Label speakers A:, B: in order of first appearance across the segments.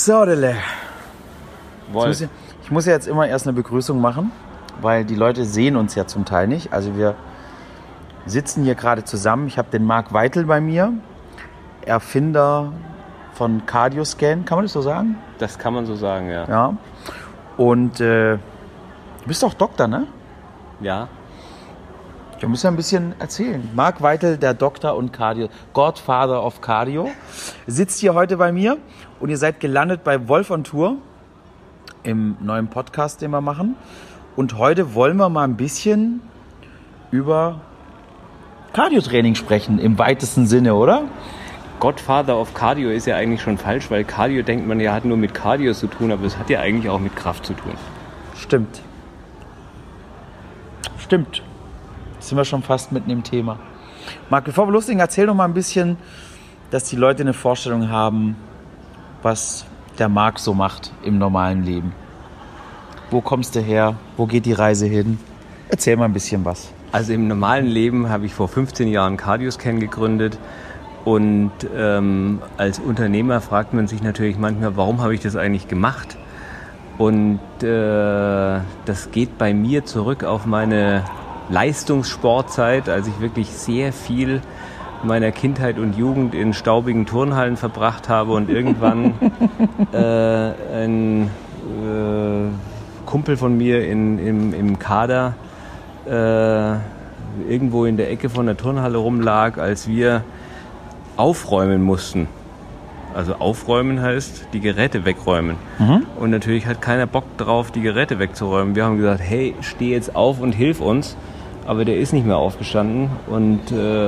A: So, Dele. Ich muss ja jetzt immer erst eine Begrüßung machen, weil die Leute sehen uns ja zum Teil nicht. Also wir sitzen hier gerade zusammen. Ich habe den Marc Weitel bei mir, Erfinder von Cardioscan. Kann man das so sagen?
B: Das kann man so sagen, ja.
A: Ja. Und du bist doch Doktor, ne?
B: Ja.
A: Wir müssen ja ein bisschen erzählen. Marc Weitel, der Doktor und Godfather of Cardio, sitzt hier heute bei mir und ihr seid gelandet bei Wolf on Tour im neuen Podcast, den wir machen. Und heute wollen wir mal ein bisschen über Cardio-Training sprechen, im weitesten Sinne, oder?
B: Godfather of Cardio ist ja eigentlich schon falsch, weil Cardio denkt man ja hat nur mit Cardio zu tun, aber es hat ja eigentlich auch mit Kraft zu tun.
A: Stimmt. Sind wir schon fast mitten im Thema. Marc, bevor wir loslegen, erzähl doch mal ein bisschen, dass die Leute eine Vorstellung haben, was der Marc so macht im normalen Leben. Wo kommst du her? Wo geht die Reise hin? Erzähl mal ein bisschen was.
B: Also im normalen Leben habe ich vor 15 Jahren Cardioscan gegründet und als Unternehmer fragt man sich natürlich manchmal, warum habe ich das eigentlich gemacht? Und das geht bei mir zurück auf meine Leistungssportzeit, als ich wirklich sehr viel meiner Kindheit und Jugend in staubigen Turnhallen verbracht habe und irgendwann ein Kumpel von mir im Kader irgendwo in der Ecke von der Turnhalle rumlag, als wir aufräumen mussten. Also aufräumen heißt, die Geräte wegräumen. Mhm. Und natürlich hat keiner Bock drauf, die Geräte wegzuräumen. Wir haben gesagt, hey, steh jetzt auf und hilf uns. Aber der ist nicht mehr aufgestanden, und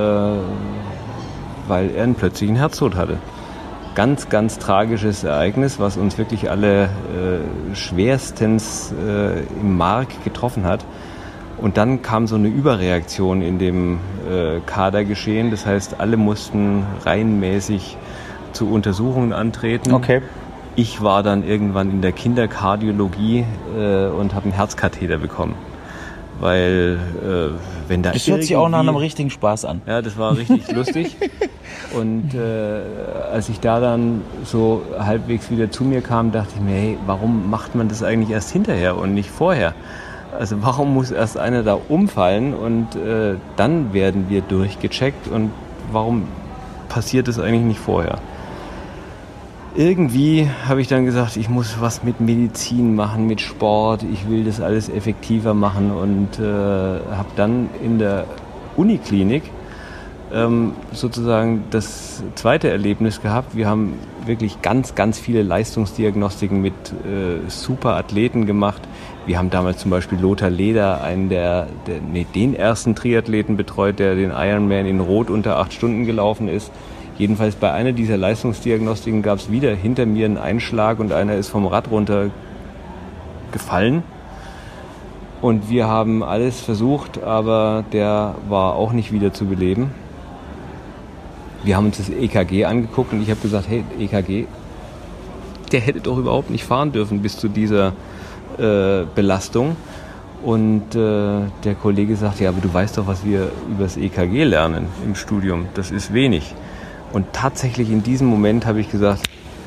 B: weil er einen plötzlichen Herztod hatte. Ganz, ganz tragisches Ereignis, was uns wirklich alle schwerstens im Mark getroffen hat. Und dann kam so eine Überreaktion in dem Kadergeschehen. Das heißt, alle mussten reihenmäßig zu Untersuchungen antreten.
A: Okay.
B: Ich war dann irgendwann in der Kinderkardiologie und habe einen Herzkatheter bekommen. Weil wenn da
A: das hört sich auch nach einem richtigen Spaß an.
B: Ja, das war richtig lustig. Und als ich da dann so halbwegs wieder zu mir kam, dachte ich mir, hey, warum macht man das eigentlich erst hinterher und nicht vorher? Also warum muss erst einer da umfallen und dann werden wir durchgecheckt, und warum passiert das eigentlich nicht vorher? Irgendwie habe ich dann gesagt, ich muss was mit Medizin machen, mit Sport, ich will das alles effektiver machen, und habe dann in der Uniklinik sozusagen das zweite Erlebnis gehabt. Wir haben wirklich ganz, ganz viele Leistungsdiagnostiken mit super Athleten gemacht. Wir haben damals zum Beispiel Lothar Leder, den ersten Triathleten betreut, der den Ironman in Rot unter 8 Stunden gelaufen ist. Jedenfalls bei einer dieser Leistungsdiagnostiken gab es wieder hinter mir einen Einschlag und einer ist vom Rad runtergefallen. Und wir haben alles versucht, aber der war auch nicht wieder zu beleben. Wir haben uns das EKG angeguckt und ich habe gesagt, hey, EKG, der hätte doch überhaupt nicht fahren dürfen bis zu dieser Belastung. Und der Kollege sagte, ja, aber du weißt doch, was wir über das EKG lernen im Studium. Das ist wenig. Und tatsächlich in diesem Moment habe ich gesagt,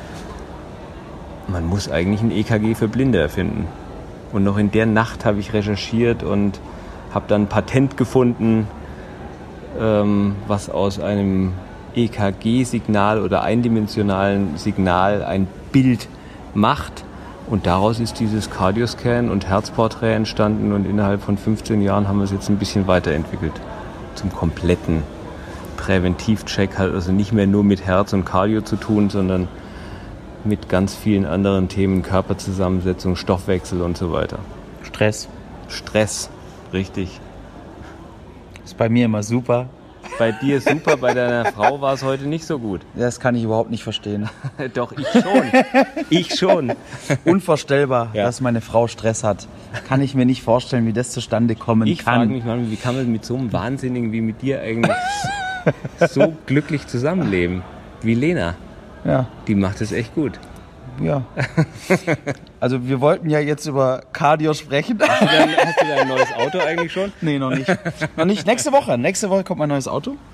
B: man muss eigentlich ein EKG für Blinde erfinden. Und noch in der Nacht habe ich recherchiert und habe dann ein Patent gefunden, was aus einem EKG-Signal oder eindimensionalen Signal ein Bild macht. Und daraus ist dieses Cardioscan und Herzporträt entstanden, und innerhalb von 15 Jahren haben wir es jetzt ein bisschen weiterentwickelt zum kompletten Präventivcheck. Hat also nicht mehr nur mit Herz und Cardio zu tun, sondern mit ganz vielen anderen Themen, Körperzusammensetzung, Stoffwechsel und so weiter. Stress, richtig.
A: Ist bei mir immer super.
B: Bei dir super, bei deiner Frau war es heute nicht so gut.
A: Das kann ich überhaupt nicht verstehen.
B: Doch, ich schon.
A: Unvorstellbar, ja, dass meine Frau Stress hat. Kann ich mir nicht vorstellen, wie das zustande kommen kann.
B: Ich frage mich manchmal, wie kann man mit so einem Wahnsinnigen wie mit dir eigentlich so glücklich zusammenleben? Wie Lena.
A: Ja.
B: Die macht es echt gut.
A: Ja. Also wir wollten ja jetzt über Cardio sprechen.
B: Hast du dein neues Auto eigentlich schon?
A: Nee, noch nicht. Noch nicht. Nächste Woche kommt mein neues Auto.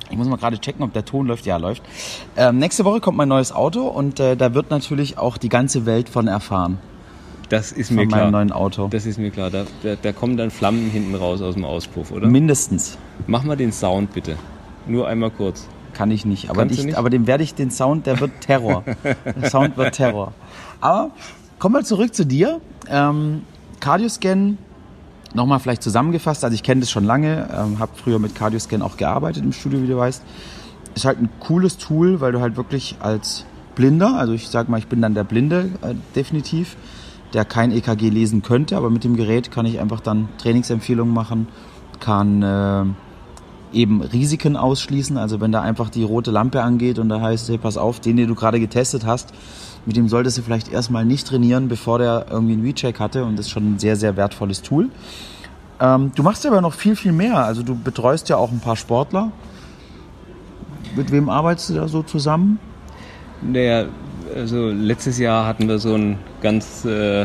A: Ich muss mal gerade checken, ob der Ton läuft. Ja, läuft. Nächste Woche kommt mein neues Auto und da wird natürlich auch die ganze Welt von erfahren.
B: Das ist mir
A: Von
B: klar.
A: meinem neuen Auto.
B: Das ist mir klar. Da kommen dann Flammen hinten raus aus dem Auspuff, oder?
A: Mindestens.
B: Mach mal den Sound bitte. Nur einmal kurz.
A: Kann ich nicht. Aber,
B: Kannst du nicht?
A: aber den Sound, der wird Terror. Der Sound wird Terror. Aber kommen wir zurück zu dir. Cardioscan, nochmal vielleicht zusammengefasst. Also ich kenne das schon lange, habe früher mit Cardioscan auch gearbeitet im Studio, wie du weißt. Ist halt ein cooles Tool, weil du halt wirklich als Blinder, also ich sag mal, ich bin dann der Blinde definitiv, der kein EKG lesen könnte, aber mit dem Gerät kann ich einfach dann Trainingsempfehlungen machen, kann eben Risiken ausschließen, also wenn da einfach die rote Lampe angeht und da heißt, hey, pass auf, den du gerade getestet hast, mit dem solltest du vielleicht erstmal nicht trainieren, bevor der irgendwie einen Recheck hatte, und das ist schon ein sehr, sehr wertvolles Tool. Du machst aber noch viel, viel mehr, also du betreust ja auch ein paar Sportler. Mit wem arbeitest du da so zusammen?
B: Naja, also letztes Jahr hatten wir so ein ganz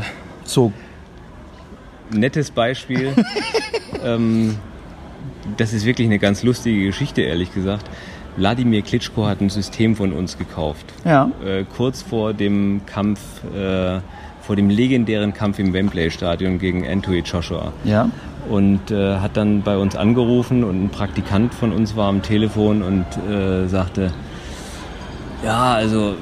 B: nettes Beispiel. Das ist wirklich eine ganz lustige Geschichte, ehrlich gesagt. Wladimir Klitschko hat ein System von uns gekauft.
A: Ja.
B: Kurz vor dem Kampf, vor dem legendären Kampf im Wembley-Stadion gegen Anthony Joshua.
A: Ja.
B: Und hat dann bei uns angerufen und ein Praktikant von uns war am Telefon und sagte, ja, also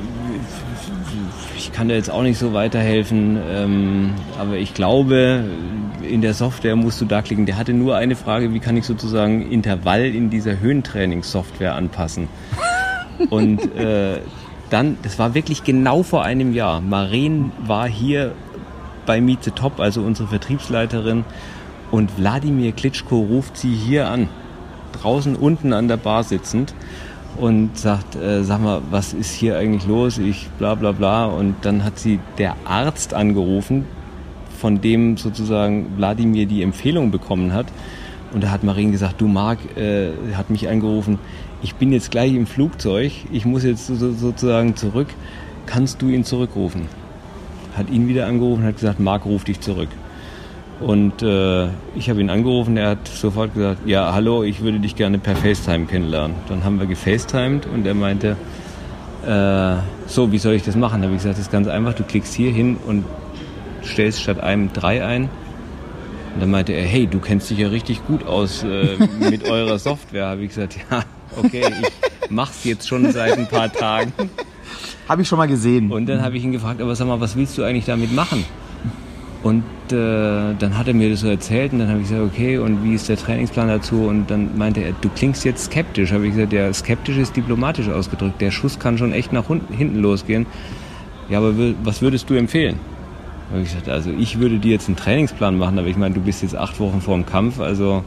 B: ich kann da jetzt auch nicht so weiterhelfen, aber ich glaube, in der Software musst du da klicken. Der hatte nur eine Frage, wie kann ich sozusagen Intervall in dieser Höhentrainingssoftware anpassen? Und dann, das war wirklich genau vor einem Jahr, Maren war hier bei Meet the Top, also unsere Vertriebsleiterin, und Wladimir Klitschko ruft sie hier an, draußen unten an der Bar sitzend, und sagt, sag mal, was ist hier eigentlich los? Ich bla bla bla. Und dann hat sie der Arzt angerufen, von dem sozusagen Wladimir die Empfehlung bekommen hat. Und da hat Maren gesagt, du Marc, hat mich angerufen, ich bin jetzt gleich im Flugzeug, ich muss jetzt sozusagen zurück, kannst du ihn zurückrufen? Hat ihn wieder angerufen, hat gesagt, Marc, ruf dich zurück. Und ich habe ihn angerufen, er hat sofort gesagt, ja, hallo, ich würde dich gerne per FaceTime kennenlernen. Dann haben wir gefacetimed und er meinte, so, wie soll ich das machen? Da habe ich gesagt, das ist ganz einfach, du klickst hier hin und stellst statt einem 3 ein. Und dann meinte er, hey, du kennst dich ja richtig gut aus mit eurer Software. Habe ich gesagt, ja, okay, ich mach's jetzt schon seit ein paar Tagen.
A: Habe ich schon mal gesehen.
B: Und dann habe ich ihn gefragt, aber sag mal, was willst du eigentlich damit machen? Und dann hat er mir das so erzählt und dann habe ich gesagt, okay, und wie ist der Trainingsplan dazu? Und dann meinte er, du klingst jetzt skeptisch. Habe ich gesagt, ja, skeptisch ist diplomatisch ausgedrückt. Der Schuss kann schon echt nach hinten losgehen. Ja, aber was würdest du empfehlen? Habe ich gesagt, also ich würde dir jetzt einen Trainingsplan machen, aber ich meine, du bist jetzt 8 Wochen vor dem Kampf, also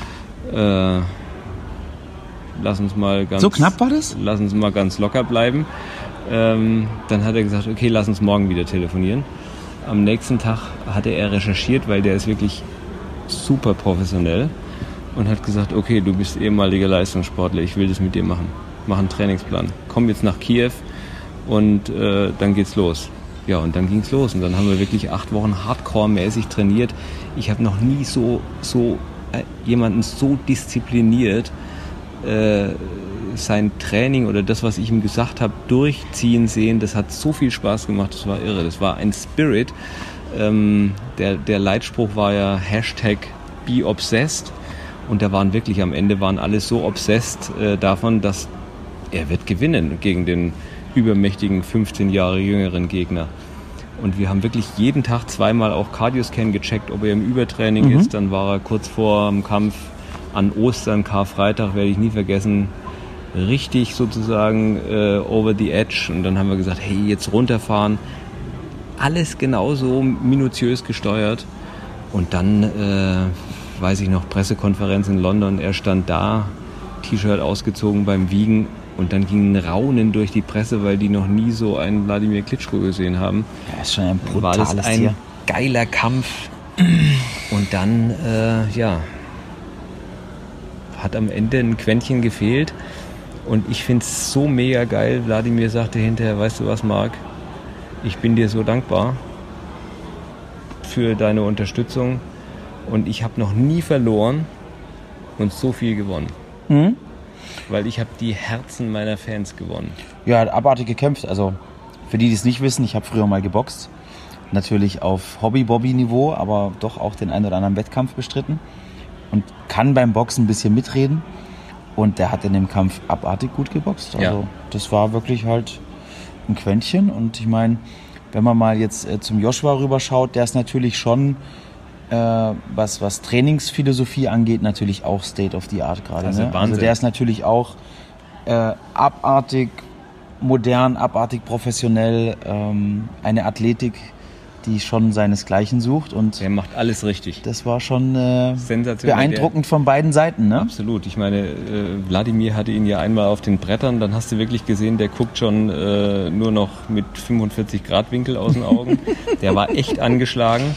B: lass uns mal ganz...
A: So knapp war das?
B: Lass uns mal ganz locker bleiben. Dann hat er gesagt, okay, lass uns morgen wieder telefonieren. Am nächsten Tag hatte er recherchiert, weil der ist wirklich super professionell und hat gesagt, okay, du bist ehemaliger Leistungssportler, ich will das mit dir machen. Mach einen Trainingsplan. Komm jetzt nach Kiew und dann geht's los. Ja, und dann ging's los und dann haben wir wirklich 8 Wochen hardcore-mäßig trainiert. Ich habe noch nie jemanden so diszipliniert sein Training oder das, was ich ihm gesagt habe, durchziehen sehen. Das hat so viel Spaß gemacht, das war irre. Das war ein Spirit. Der Leitspruch war ja #BeObsessed und da waren wirklich am Ende alle so obsessed davon, dass er wird gewinnen gegen den übermächtigen 15 Jahre jüngeren Gegner. Und wir haben wirklich jeden Tag 2-mal auch Cardioscan gecheckt, ob er im Übertraining ist. Dann war er kurz vor dem Kampf an Ostern, Karfreitag, werde ich nie vergessen, richtig sozusagen over the edge. Und dann haben wir gesagt, hey, jetzt runterfahren. Alles genauso minutiös gesteuert. Und dann, weiß ich noch, Pressekonferenz in London, er stand da, T-Shirt ausgezogen beim Wiegen. Und dann ging ein Raunen durch die Presse, weil die noch nie so einen Wladimir Klitschko gesehen haben.
A: Ja, ist schon ein brutales
B: War das ein
A: Tier.
B: geiler Kampf. Und dann, hat am Ende ein Quäntchen gefehlt. Und ich finde es so mega geil. Wladimir sagte hinterher, weißt du was, Marc? Ich bin dir so dankbar für deine Unterstützung. Und ich habe noch nie verloren und so viel gewonnen. Weil ich habe die Herzen meiner Fans gewonnen.
A: Ja, hat abartig gekämpft. Also für die es nicht wissen, ich habe früher mal geboxt. Natürlich auf Hobby-Bobby-Niveau, aber doch auch den einen oder anderen Wettkampf bestritten. Und kann beim Boxen ein bisschen mitreden. Und der hat in dem Kampf abartig gut geboxt. Also das war wirklich halt ein Quäntchen. Und ich meine, wenn man mal jetzt zum Joshua rüberschaut, der ist natürlich schon, was Trainingsphilosophie angeht, natürlich auch State of the Art gerade.
B: Also
A: ne? Also der ist natürlich auch abartig modern, abartig professionell, eine Athletik, die schon seinesgleichen sucht. Und
B: der macht alles richtig.
A: das war schon
B: Sensationell.
A: beeindruckend von beiden Seiten. Ne?
B: Absolut. Ich meine, Wladimir hatte ihn ja einmal auf den Brettern, dann hast du wirklich gesehen, der guckt schon nur noch mit 45 Grad Winkel aus den Augen. Der war echt angeschlagen.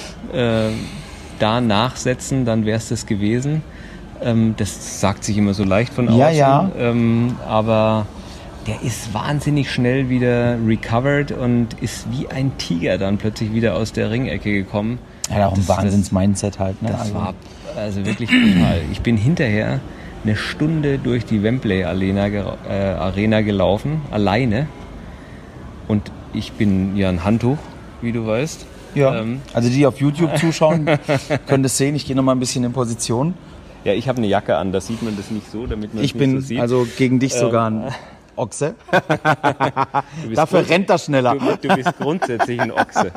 B: Da nachsetzen, dann wäre es das gewesen. Das sagt sich immer so leicht von außen.
A: Ja.
B: Aber der ist wahnsinnig schnell wieder recovered und ist wie ein Tiger dann plötzlich wieder aus der Ringecke gekommen.
A: Ja, auch ein Wahnsinns-Mindset halt. Ne?
B: Das war also wirklich brutal. Ich bin hinterher eine Stunde durch die Wembley Arena gelaufen, alleine. Und ich bin ja ein Handtuch, wie du weißt.
A: Ja, also die auf YouTube zuschauen, können das sehen. Ich gehe noch mal ein bisschen in Position.
B: Ja, ich habe eine Jacke an, da sieht man das nicht so, damit man
A: Ich
B: es
A: bin
B: nicht so sieht.
A: also gegen dich sogar ein Ochse. Dafür rennt er schneller.
B: Du bist grundsätzlich ein Ochse.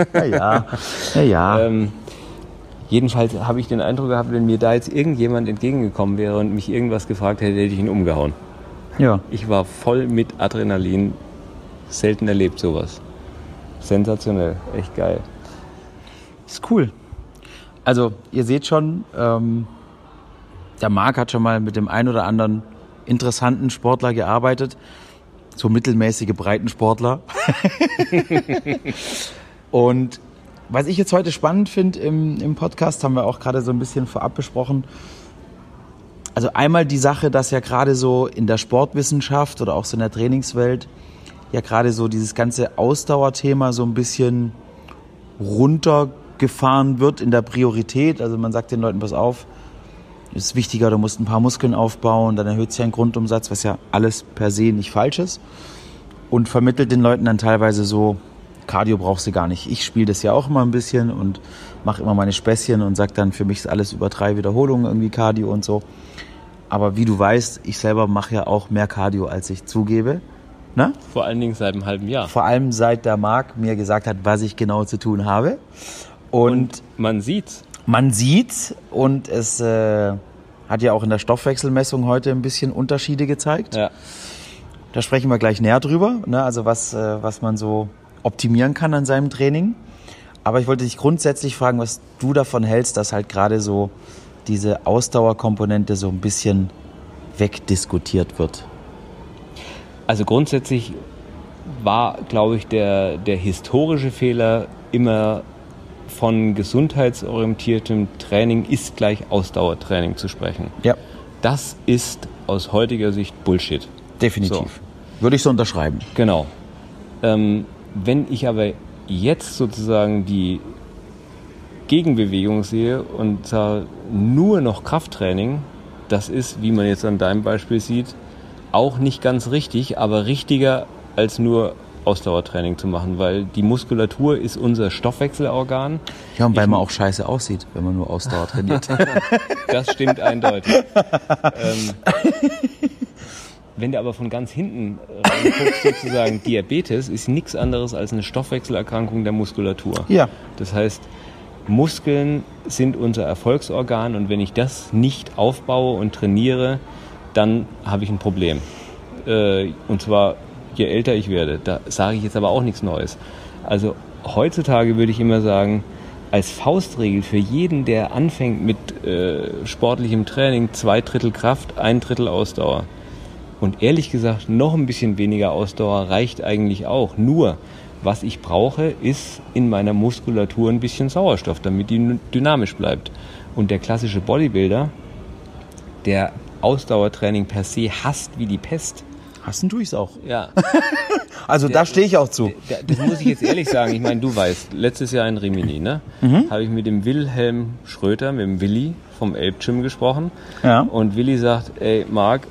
A: Ja.
B: Jedenfalls habe ich den Eindruck gehabt, wenn mir da jetzt irgendjemand entgegengekommen wäre und mich irgendwas gefragt hätte, hätte ich ihn umgehauen.
A: Ja.
B: Ich war voll mit Adrenalin. Selten erlebt sowas. Sensationell. Echt geil.
A: Ist cool. Also, ihr seht schon, der Marc hat schon mal mit dem einen oder anderen interessanten Sportler gearbeitet. So mittelmäßige Breitensportler. Und was ich jetzt heute spannend finde im Podcast, haben wir auch gerade so ein bisschen vorab besprochen. Also einmal die Sache, dass ja gerade so in der Sportwissenschaft oder auch so in der Trainingswelt ja gerade so dieses ganze Ausdauerthema so ein bisschen runtergefahren wird in der Priorität. Also man sagt den Leuten, pass auf, ist wichtiger, du musst ein paar Muskeln aufbauen, dann erhöht sich ein Grundumsatz, was ja alles per se nicht falsch ist. Und vermittelt den Leuten dann teilweise so, Cardio brauchst du gar nicht. Ich spiele das ja auch immer ein bisschen und mache immer meine Späßchen und sage dann, für mich ist alles über 3 Wiederholungen irgendwie Cardio und so. Aber wie du weißt, ich selber mache ja auch mehr Cardio, als ich zugebe. Ne?
B: Vor allen Dingen seit einem halben Jahr.
A: Vor allem seit der Marc mir gesagt hat, was ich genau zu tun habe. Und
B: man sieht's.
A: Man sieht's und es hat ja auch in der Stoffwechselmessung heute ein bisschen Unterschiede gezeigt.
B: Ja.
A: Da sprechen wir gleich näher drüber, ne? Also was man so optimieren kann an seinem Training. Aber ich wollte dich grundsätzlich fragen, was du davon hältst, dass halt gerade so diese Ausdauerkomponente so ein bisschen wegdiskutiert wird.
B: Also grundsätzlich war, glaube ich, der historische Fehler immer von gesundheitsorientiertem Training ist gleich Ausdauertraining zu sprechen.
A: Ja.
B: Das ist aus heutiger Sicht Bullshit.
A: Definitiv.
B: So.
A: Würde ich so unterschreiben.
B: Genau. Wenn ich aber jetzt sozusagen die Gegenbewegung sehe und sage, nur noch Krafttraining, das ist, wie man jetzt an deinem Beispiel sieht, auch nicht ganz richtig, aber richtiger als nur Ausdauertraining zu machen, weil die Muskulatur ist unser Stoffwechselorgan.
A: Ja, und weil man auch scheiße aussieht, wenn man nur Ausdauer trainiert.
B: Das stimmt eindeutig. Wenn du aber von ganz hinten reinguckst, sozusagen, Diabetes ist nichts anderes als eine Stoffwechselerkrankung der Muskulatur. Ja. Das heißt, Muskeln sind unser Erfolgsorgan und wenn ich das nicht aufbaue und trainiere, dann habe ich ein Problem. Und zwar, je älter ich werde. Da sage ich jetzt aber auch nichts Neues. Also heutzutage würde ich immer sagen, als Faustregel für jeden, der anfängt mit sportlichem Training, 2/3 Kraft, 1/3 Ausdauer. Und ehrlich gesagt, noch ein bisschen weniger Ausdauer reicht eigentlich auch. Nur, was ich brauche, ist in meiner Muskulatur ein bisschen Sauerstoff, damit die dynamisch bleibt. Und der klassische Bodybuilder, der Ausdauertraining per se hasst wie die Pest.
A: Hassen tue ich es auch.
B: Ja.
A: Also da stehe ich auch zu.
B: Das muss ich jetzt ehrlich sagen. Ich meine, du weißt, letztes Jahr in Rimini, ne, habe ich mit dem Wilhelm Schröter, mit dem Willi vom Elbgym gesprochen. Ja. Und Willi sagt, ey Marc,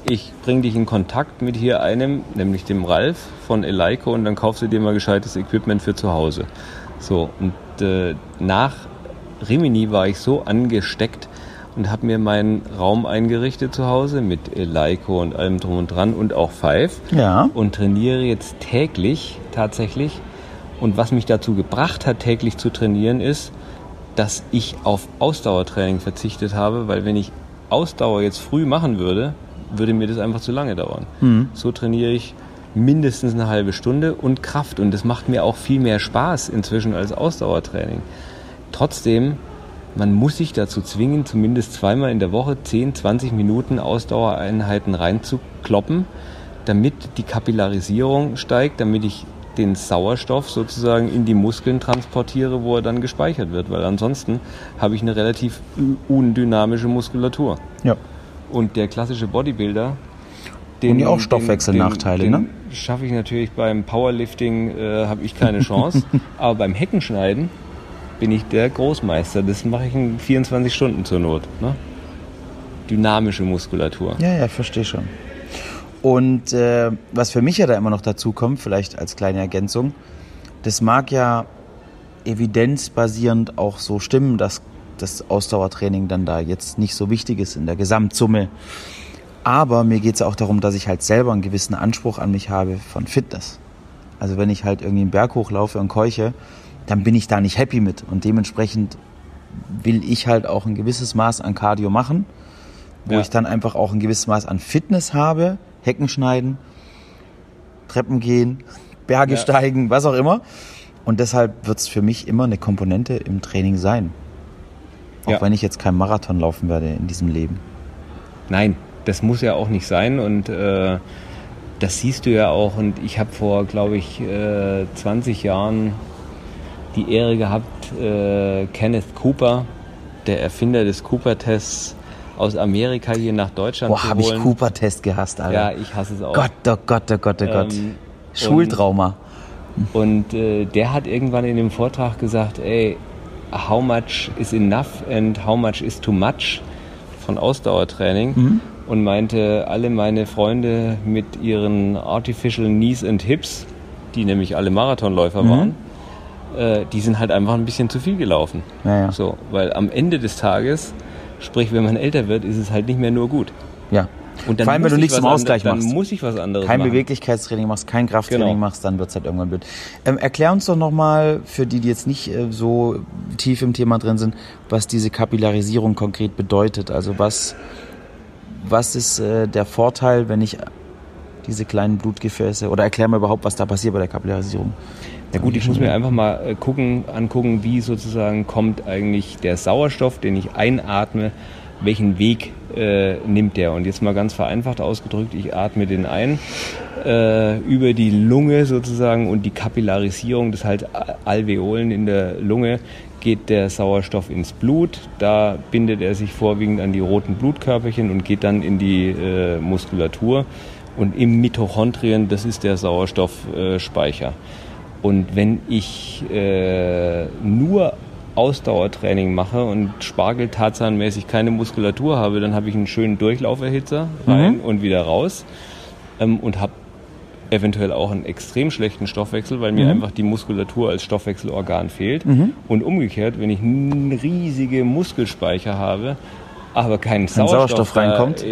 B: ich bringe dich in Kontakt mit hier einem, nämlich dem Ralf von Eleiko, und dann kaufst du dir mal gescheites Equipment für zu Hause. So, und nach Rimini war ich so angesteckt und habe mir meinen Raum eingerichtet zu Hause mit Eleiko und allem drum und dran und auch Five.
A: Ja.
B: Und trainiere jetzt täglich tatsächlich. Und was mich dazu gebracht hat, täglich zu trainieren, ist, dass ich auf Ausdauertraining verzichtet habe, weil wenn ich Ausdauer jetzt früh machen würde, würde mir das einfach zu lange dauern. So trainiere ich mindestens eine halbe Stunde und Kraft. Und das macht mir auch viel mehr Spaß inzwischen als Ausdauertraining. Trotzdem, man muss sich dazu zwingen, zumindest zweimal in der Woche 10, 20 Minuten Ausdauereinheiten reinzukloppen, damit die Kapillarisierung steigt, damit ich den Sauerstoff sozusagen in die Muskeln transportiere, wo er dann gespeichert wird. Weil ansonsten habe ich eine relativ undynamische Muskulatur.
A: Ja.
B: Und der klassische Bodybuilder,
A: und ja auch Stoffwechselnachteile, ne?
B: Schaffe ich natürlich beim Powerlifting, habe ich keine Chance. Aber beim Heckenschneiden bin ich der Großmeister. Das mache ich in 24 Stunden zur Not. Ne? Dynamische Muskulatur.
A: Ja, verstehe schon. Und was für mich ja da immer noch dazu kommt, vielleicht als kleine Ergänzung, das mag ja evidenzbasierend auch so stimmen, dass das Ausdauertraining dann da jetzt nicht so wichtig ist in der Gesamtsumme. Aber mir geht es auch darum, dass ich halt selber einen gewissen Anspruch an mich habe von Fitness. Also wenn ich halt irgendwie einen Berg hochlaufe und keuche, dann bin ich da nicht happy mit. Und dementsprechend will ich halt auch ein gewisses Maß an Cardio machen, wo ich dann einfach auch ein gewisses Maß an Fitness habe, Hecken schneiden, Treppen gehen, Berge steigen, was auch immer. Und deshalb wird es für mich immer eine Komponente im Training sein. Auch wenn ich jetzt keinen Marathon laufen werde in diesem Leben.
B: Nein, das muss ja auch nicht sein. Und das siehst du ja auch. Und ich habe vor, glaube ich, 20 Jahren die Ehre gehabt, Kenneth Cooper, der Erfinder des Cooper-Tests, aus Amerika hier nach Deutschland zu holen.
A: Boah, habe ich Cooper-Test gehasst, Alter.
B: Ja, ich hasse es auch.
A: Gott, oh Gott, oh Gott, oh Gott. Schultrauma.
B: Und der hat irgendwann in dem Vortrag gesagt, ey, how much is enough and how much is too much von Ausdauertraining. Und meinte, alle meine Freunde mit ihren Artificial Knees and Hips, die nämlich alle Marathonläufer waren, die sind halt einfach ein bisschen zu viel gelaufen.
A: Ja.
B: So, weil am Ende des Tages, sprich, wenn man älter wird, ist es halt nicht mehr nur gut.
A: Ja.
B: Und dann
A: vor allem, wenn du nichts zum Ausgleich machst.
B: Dann muss ich was anderes
A: kein
B: machen.
A: Beweglichkeitstraining machst, kein Krafttraining machst, dann wird es halt irgendwann blöd. Erklär uns doch nochmal, für die jetzt nicht so tief im Thema drin sind, was diese Kapillarisierung konkret bedeutet. Also was ist der Vorteil, wenn ich diese kleinen Blutgefäße, oder erklär mir überhaupt, was da passiert bei der Kapillarisierung.
B: Ja gut, ich muss mir einfach mal angucken, wie sozusagen kommt eigentlich der Sauerstoff, den ich einatme, welchen Weg nimmt der. Und jetzt mal ganz vereinfacht ausgedrückt, ich atme den ein über die Lunge sozusagen, und die Kapillarisierung, das halt Alveolen in der Lunge, geht der Sauerstoff ins Blut. Da bindet er sich vorwiegend an die roten Blutkörperchen und geht dann in die Muskulatur. Und im Mitochondrien, das ist der Sauerstoffspeicher. Und wenn ich nur Ausdauertraining mache und spargeltarzanmäßig keine Muskulatur habe, dann habe ich einen schönen Durchlauferhitzer rein und wieder raus und habe eventuell auch einen extrem schlechten Stoffwechsel, weil mir einfach die Muskulatur als Stoffwechselorgan fehlt. Und umgekehrt, wenn ich einen riesige Muskelspeicher habe, aber keinen Sauerstoff
A: reinkommt,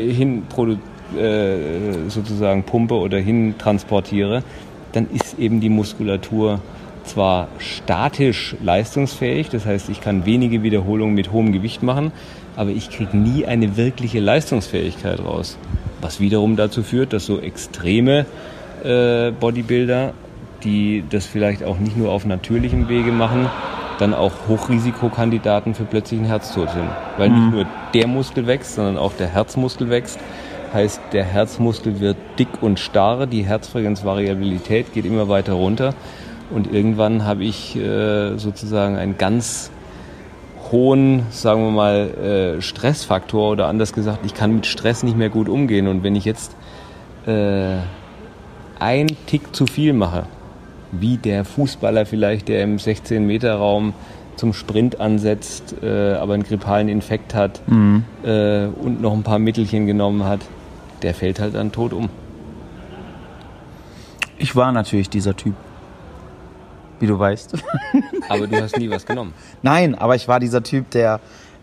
B: sozusagen pumpe oder hin transportiere, dann ist eben die Muskulatur zwar statisch leistungsfähig, das heißt, ich kann wenige Wiederholungen mit hohem Gewicht machen, aber ich kriege nie eine wirkliche Leistungsfähigkeit raus. Was wiederum dazu führt, dass so extreme Bodybuilder, die das vielleicht auch nicht nur auf natürlichem Wege machen, dann auch Hochrisikokandidaten für plötzlichen Herztod sind. Weil nicht nur der Muskel wächst, sondern auch der Herzmuskel wächst. Heißt, der Herzmuskel wird dick und starr, die Herzfrequenzvariabilität geht immer weiter runter und irgendwann habe ich sozusagen einen ganz hohen, sagen wir mal, Stressfaktor, oder anders gesagt, ich kann mit Stress nicht mehr gut umgehen, und wenn ich jetzt einen Tick zu viel mache, wie der Fußballer vielleicht, der im 16-Meter-Raum zum Sprint ansetzt, aber einen grippalen Infekt hat und noch ein paar Mittelchen genommen hat, der fällt halt dann tot um.
A: Ich war natürlich dieser Typ, wie du weißt.
B: Aber du hast nie was genommen.
A: Nein, aber ich war dieser Typ, der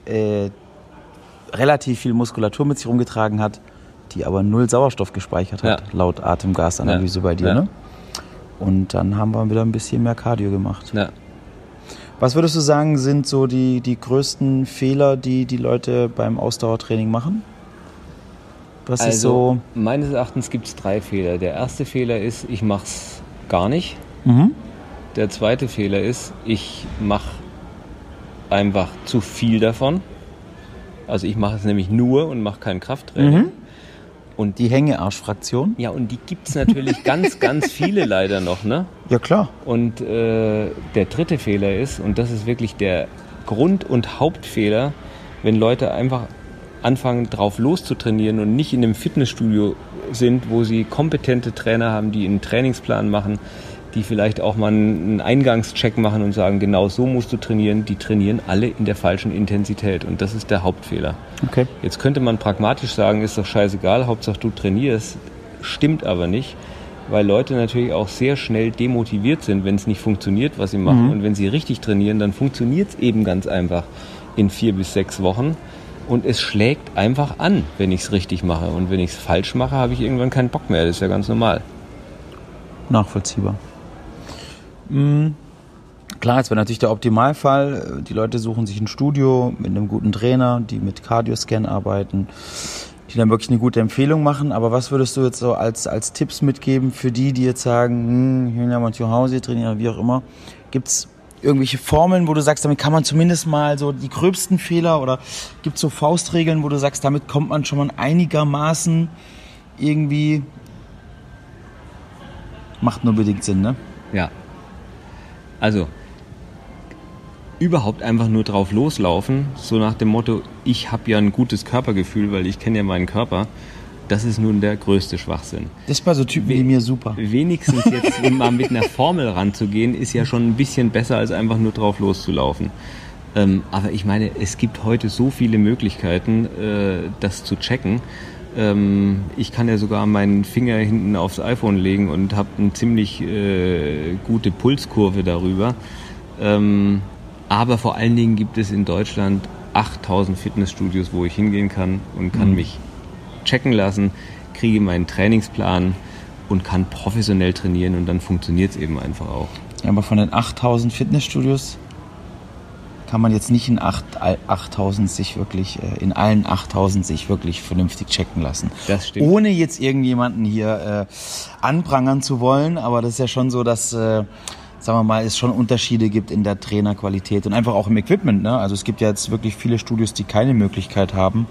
A: relativ viel Muskulatur mit sich rumgetragen hat, die aber 0 Sauerstoff gespeichert hat, laut Atemgasanalyse bei dir. Ne? Und dann haben wir wieder ein bisschen mehr Cardio gemacht.
B: Ja.
A: Was würdest du sagen, sind so die größten Fehler, die Leute beim Ausdauertraining machen? Was ist so?
B: Meines Erachtens gibt es 3 Fehler. Der erste Fehler ist, ich mache es gar nicht. Der zweite Fehler ist, ich mache einfach zu viel davon. Also ich mache es nämlich nur und mache kein Krafttraining. Und
A: die Hängearschfraktion?
B: Ja, und die gibt es natürlich ganz, ganz viele leider noch, ne?
A: Ja, klar.
B: Und der dritte Fehler ist, und das ist wirklich der Grund- und Hauptfehler, wenn Leute einfach anfangen, drauf loszutrainieren und nicht in einem Fitnessstudio sind, wo sie kompetente Trainer haben, die einen Trainingsplan machen, die vielleicht auch mal einen Eingangscheck machen und sagen, genau so musst du trainieren. Die trainieren alle in der falschen Intensität und das ist der Hauptfehler.
A: Okay.
B: Jetzt könnte man pragmatisch sagen, ist doch scheißegal, Hauptsache du trainierst. Stimmt aber nicht, weil Leute natürlich auch sehr schnell demotiviert sind, wenn es nicht funktioniert, was sie machen. Und wenn sie richtig trainieren, dann funktioniert es eben ganz einfach in 4 bis 6 Wochen. Und es schlägt einfach an, wenn ich es richtig mache. Und wenn ich es falsch mache, habe ich irgendwann keinen Bock mehr. Das ist ja ganz normal.
A: Nachvollziehbar. Klar, es wäre natürlich der Optimalfall. Die Leute suchen sich ein Studio mit einem guten Trainer, die mit Cardioscan arbeiten, die dann wirklich eine gute Empfehlung machen. Aber was würdest du jetzt so als Tipps mitgeben für die jetzt sagen, ich will ja mal zu Hause trainieren, wie auch immer? Gibt es irgendwelche Formeln, wo du sagst, damit kann man zumindest mal so die gröbsten Fehler, oder gibt es so Faustregeln, wo du sagst, damit kommt man schon mal einigermaßen irgendwie, macht nur bedingt Sinn, ne?
B: Ja. Also, überhaupt einfach nur drauf loslaufen, so nach dem Motto, ich habe ja ein gutes Körpergefühl, weil ich kenne ja meinen Körper, das ist nun der größte Schwachsinn.
A: Das ist bei so Typen wie mir super.
B: Wenigstens jetzt mal mit einer Formel ranzugehen, ist ja schon ein bisschen besser, als einfach nur drauf loszulaufen. Aber ich meine, es gibt heute so viele Möglichkeiten, das zu checken. Ich kann ja sogar meinen Finger hinten aufs iPhone legen und habe eine ziemlich gute Pulskurve darüber. Aber vor allen Dingen gibt es in Deutschland 8000 Fitnessstudios, wo ich hingehen kann und kann mich checken lassen, kriege meinen Trainingsplan und kann professionell trainieren und dann funktioniert es eben einfach auch.
A: Ja, aber von den 8000 Fitnessstudios kann man jetzt nicht in allen 8000 sich wirklich vernünftig checken lassen.
B: Das stimmt.
A: Ohne jetzt irgendjemanden hier anprangern zu wollen, aber das ist ja schon so, dass sagen wir mal, es schon Unterschiede gibt in der Trainerqualität und einfach auch im Equipment, ne? Also es gibt ja jetzt wirklich viele Studios, die keine Möglichkeit haben,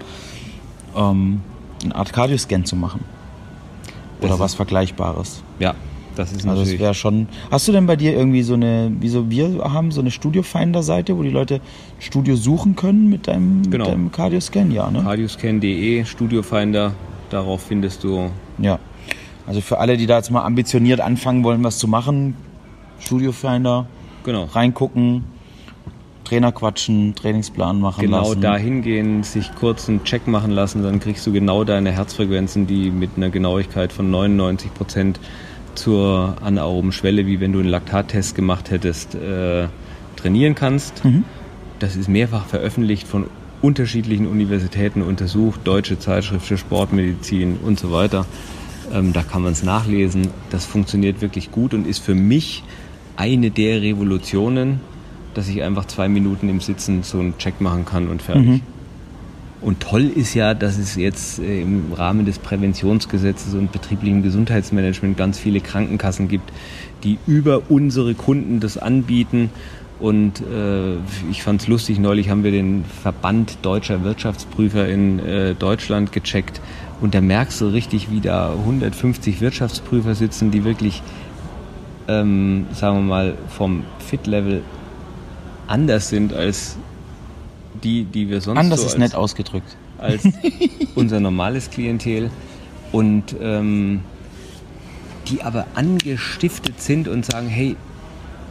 A: eine Art Cardioscan zu machen. Oder was Vergleichbares.
B: Ja, das ist
A: also
B: natürlich...
A: es wäre schon... Hast du denn bei dir irgendwie so eine, wir haben so eine Studio-Finder-Seite, wo die Leute Studio suchen können mit deinem Cardioscan? Ja, ne?
B: Cardioscan.de, Studiofinder, darauf findest du...
A: Ja, also für alle, die da jetzt mal ambitioniert anfangen wollen, was zu machen, Studiofinder, reingucken, Trainer quatschen, Trainingsplan machen lassen.
B: Genau da hingehen, sich kurz einen Check machen lassen, dann kriegst du genau deine Herzfrequenzen, die mit einer Genauigkeit von 99% zur anaeroben Schwelle, wie wenn du einen Laktattest gemacht hättest, trainieren kannst. Das ist mehrfach veröffentlicht, von unterschiedlichen Universitäten untersucht, Deutsche Zeitschrift für Sportmedizin und so weiter. Da kann man es nachlesen. Das funktioniert wirklich gut und ist für mich eine der Revolutionen, dass ich einfach 2 Minuten im Sitzen so einen Check machen kann und fertig. Und toll ist ja, dass es jetzt im Rahmen des Präventionsgesetzes und betrieblichem Gesundheitsmanagement ganz viele Krankenkassen gibt, die über unsere Kunden das anbieten. Und ich fand es lustig, neulich haben wir den Verband Deutscher Wirtschaftsprüfer in Deutschland gecheckt. Und da merkst du richtig, wie da 150 Wirtschaftsprüfer sitzen, die wirklich, sagen wir mal, vom Fit-Level anders sind als die wir sonst
A: anders
B: so
A: ist nett ausgedrückt.
B: Als unser normales Klientel. Und die aber angestiftet sind und sagen, hey,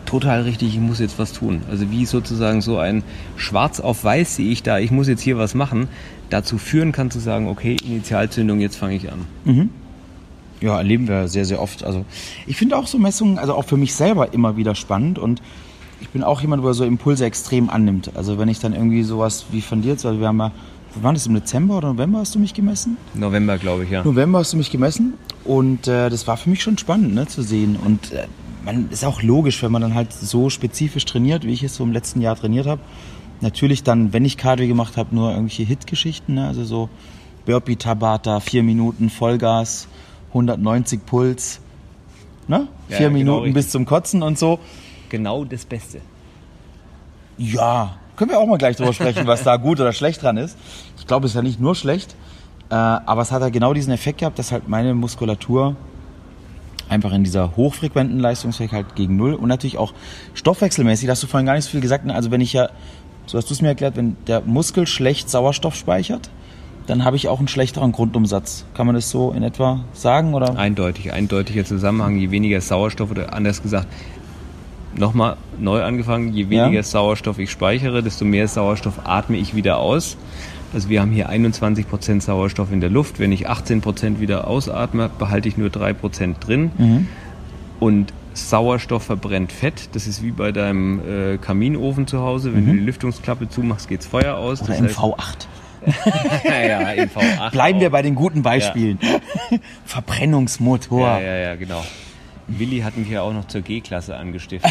B: total richtig, ich muss jetzt was tun. Also wie sozusagen so ein Schwarz auf Weiß sehe ich da, ich muss jetzt hier was machen, dazu führen kann zu sagen, okay, Initialzündung, jetzt fange ich an.
A: Mhm. Ja, erleben wir sehr, sehr oft. Also ich finde auch so Messungen, also auch für mich selber immer wieder spannend und ich bin auch jemand, wo er so Impulse extrem annimmt. Also wenn ich dann irgendwie sowas wie von dir jetzt, also wir haben ja, wann das, im Dezember oder November hast du mich gemessen?
B: November, glaube ich, ja.
A: November hast du mich gemessen und das war für mich schon spannend, ne, zu sehen und man ist auch logisch, wenn man dann halt so spezifisch trainiert, wie ich es so im letzten Jahr trainiert habe. Natürlich dann, wenn ich Cardio gemacht habe, nur irgendwelche Hit-Geschichten, ne, also so Burpee, Tabata, 4 Minuten Vollgas, 190 Puls, ne? 4 Minuten
B: genau
A: bis zum Kotzen und so.
B: Genau das Beste.
A: Ja, können wir auch mal gleich drüber sprechen, was da gut oder schlecht dran ist. Ich glaube, es ist ja nicht nur schlecht, aber es hat halt genau diesen Effekt gehabt, dass halt meine Muskulatur einfach in dieser hochfrequenten Leistungsfähigkeit gegen Null und natürlich auch stoffwechselmäßig, da hast du vorhin gar nicht so viel gesagt, also wenn ich ja, so hast du es mir erklärt, wenn der Muskel schlecht Sauerstoff speichert, dann habe ich auch einen schlechteren Grundumsatz. Kann man das so in etwa sagen? Oder?
B: Eindeutiger Zusammenhang. Je weniger Sauerstoff, oder anders gesagt, nochmal neu angefangen, je weniger Sauerstoff ich speichere, desto mehr Sauerstoff atme ich wieder aus. Also wir haben hier 21% Sauerstoff in der Luft. Wenn ich 18% wieder ausatme, behalte ich nur 3% drin. Mhm. Und Sauerstoff verbrennt Fett. Das ist wie bei deinem Kaminofen zu Hause. Wenn du die Lüftungsklappe zumachst, geht's Feuer aus.
A: Oder im V8.
B: Ja, im V8.
A: Bleiben wir bei den guten Beispielen. Ja. Verbrennungsmotor.
B: Ja, genau. Willi hat mich ja auch noch zur G-Klasse angestiftet.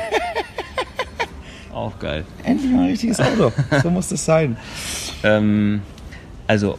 B: Auch geil.
A: Endlich mal ein richtiges Auto. So muss das sein.
B: Also,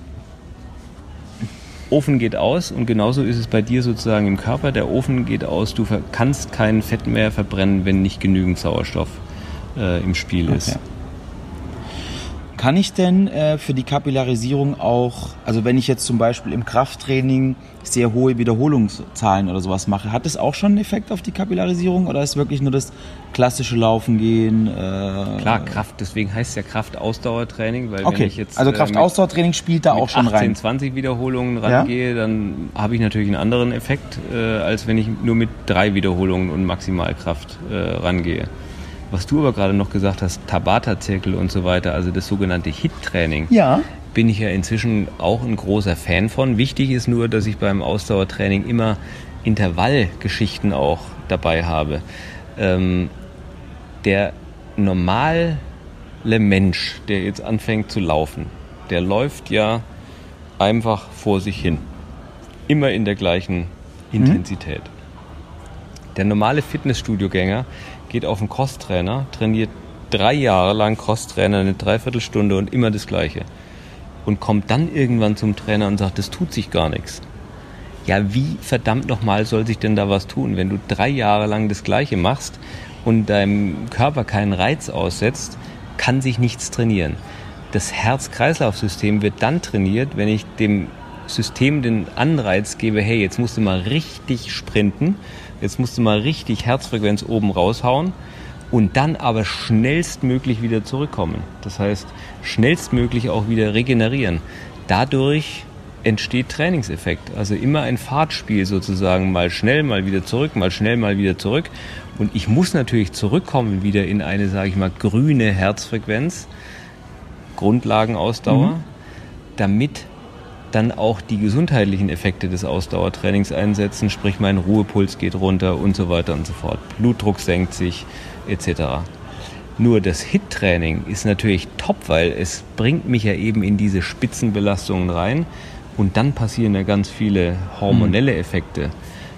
B: Ofen geht aus und genauso ist es bei dir sozusagen im Körper. Der Ofen geht aus, du kannst kein Fett mehr verbrennen, wenn nicht genügend Sauerstoff im Spiel ist.
A: Okay. Kann ich denn für die Kapillarisierung auch, also wenn ich jetzt zum Beispiel im Krafttraining sehr hohe Wiederholungszahlen oder sowas mache, hat das auch schon einen Effekt auf die Kapillarisierung oder ist wirklich nur das klassische Laufen gehen?
B: Klar, Kraft, deswegen heißt es ja Kraft-Ausdauertraining, weil
A: okay.
B: wenn ich jetzt
A: also Kraft-Ausdauertraining spielt da auch schon
B: 18,
A: rein.
B: 20 Wiederholungen rangehe, dann habe ich natürlich einen anderen Effekt, als wenn ich nur mit 3 Wiederholungen und Maximalkraft rangehe. Was du aber gerade noch gesagt hast, Tabata-Zirkel und so weiter, also das sogenannte HIIT-Training, bin ich ja inzwischen auch ein großer Fan von. Wichtig ist nur, dass ich beim Ausdauertraining immer Intervallgeschichten auch dabei habe. Der normale Mensch, der jetzt anfängt zu laufen, der läuft ja einfach vor sich hin. Immer in der gleichen Intensität. Der normale Fitnessstudio-Gänger geht auf einen Crosstrainer, trainiert 3 Jahre lang Crosstrainer, eine Dreiviertelstunde und immer das Gleiche. Und kommt dann irgendwann zum Trainer und sagt, das tut sich gar nichts. Ja, wie verdammt nochmal soll sich denn da was tun, wenn du 3 Jahre lang das Gleiche machst und deinem Körper keinen Reiz aussetzt, kann sich nichts trainieren. Das Herz-Kreislauf-System wird dann trainiert, wenn ich dem System den Anreiz gebe, hey, jetzt musst du mal richtig sprinten, jetzt musst du mal richtig Herzfrequenz oben raushauen und dann aber schnellstmöglich wieder zurückkommen. Das heißt, schnellstmöglich auch wieder regenerieren. Dadurch entsteht Trainingseffekt. Also immer ein Fahrtspiel sozusagen, mal schnell, mal wieder zurück, mal schnell, mal wieder zurück. Und ich muss natürlich zurückkommen wieder in eine, sage ich mal, grüne Herzfrequenz, Grundlagenausdauer, damit dann auch die gesundheitlichen Effekte des Ausdauertrainings einsetzen, sprich mein Ruhepuls geht runter und so weiter und so fort. Blutdruck senkt sich etc. Nur das HIIT-Training ist natürlich top, weil es bringt mich ja eben in diese Spitzenbelastungen rein und dann passieren ja ganz viele hormonelle Effekte,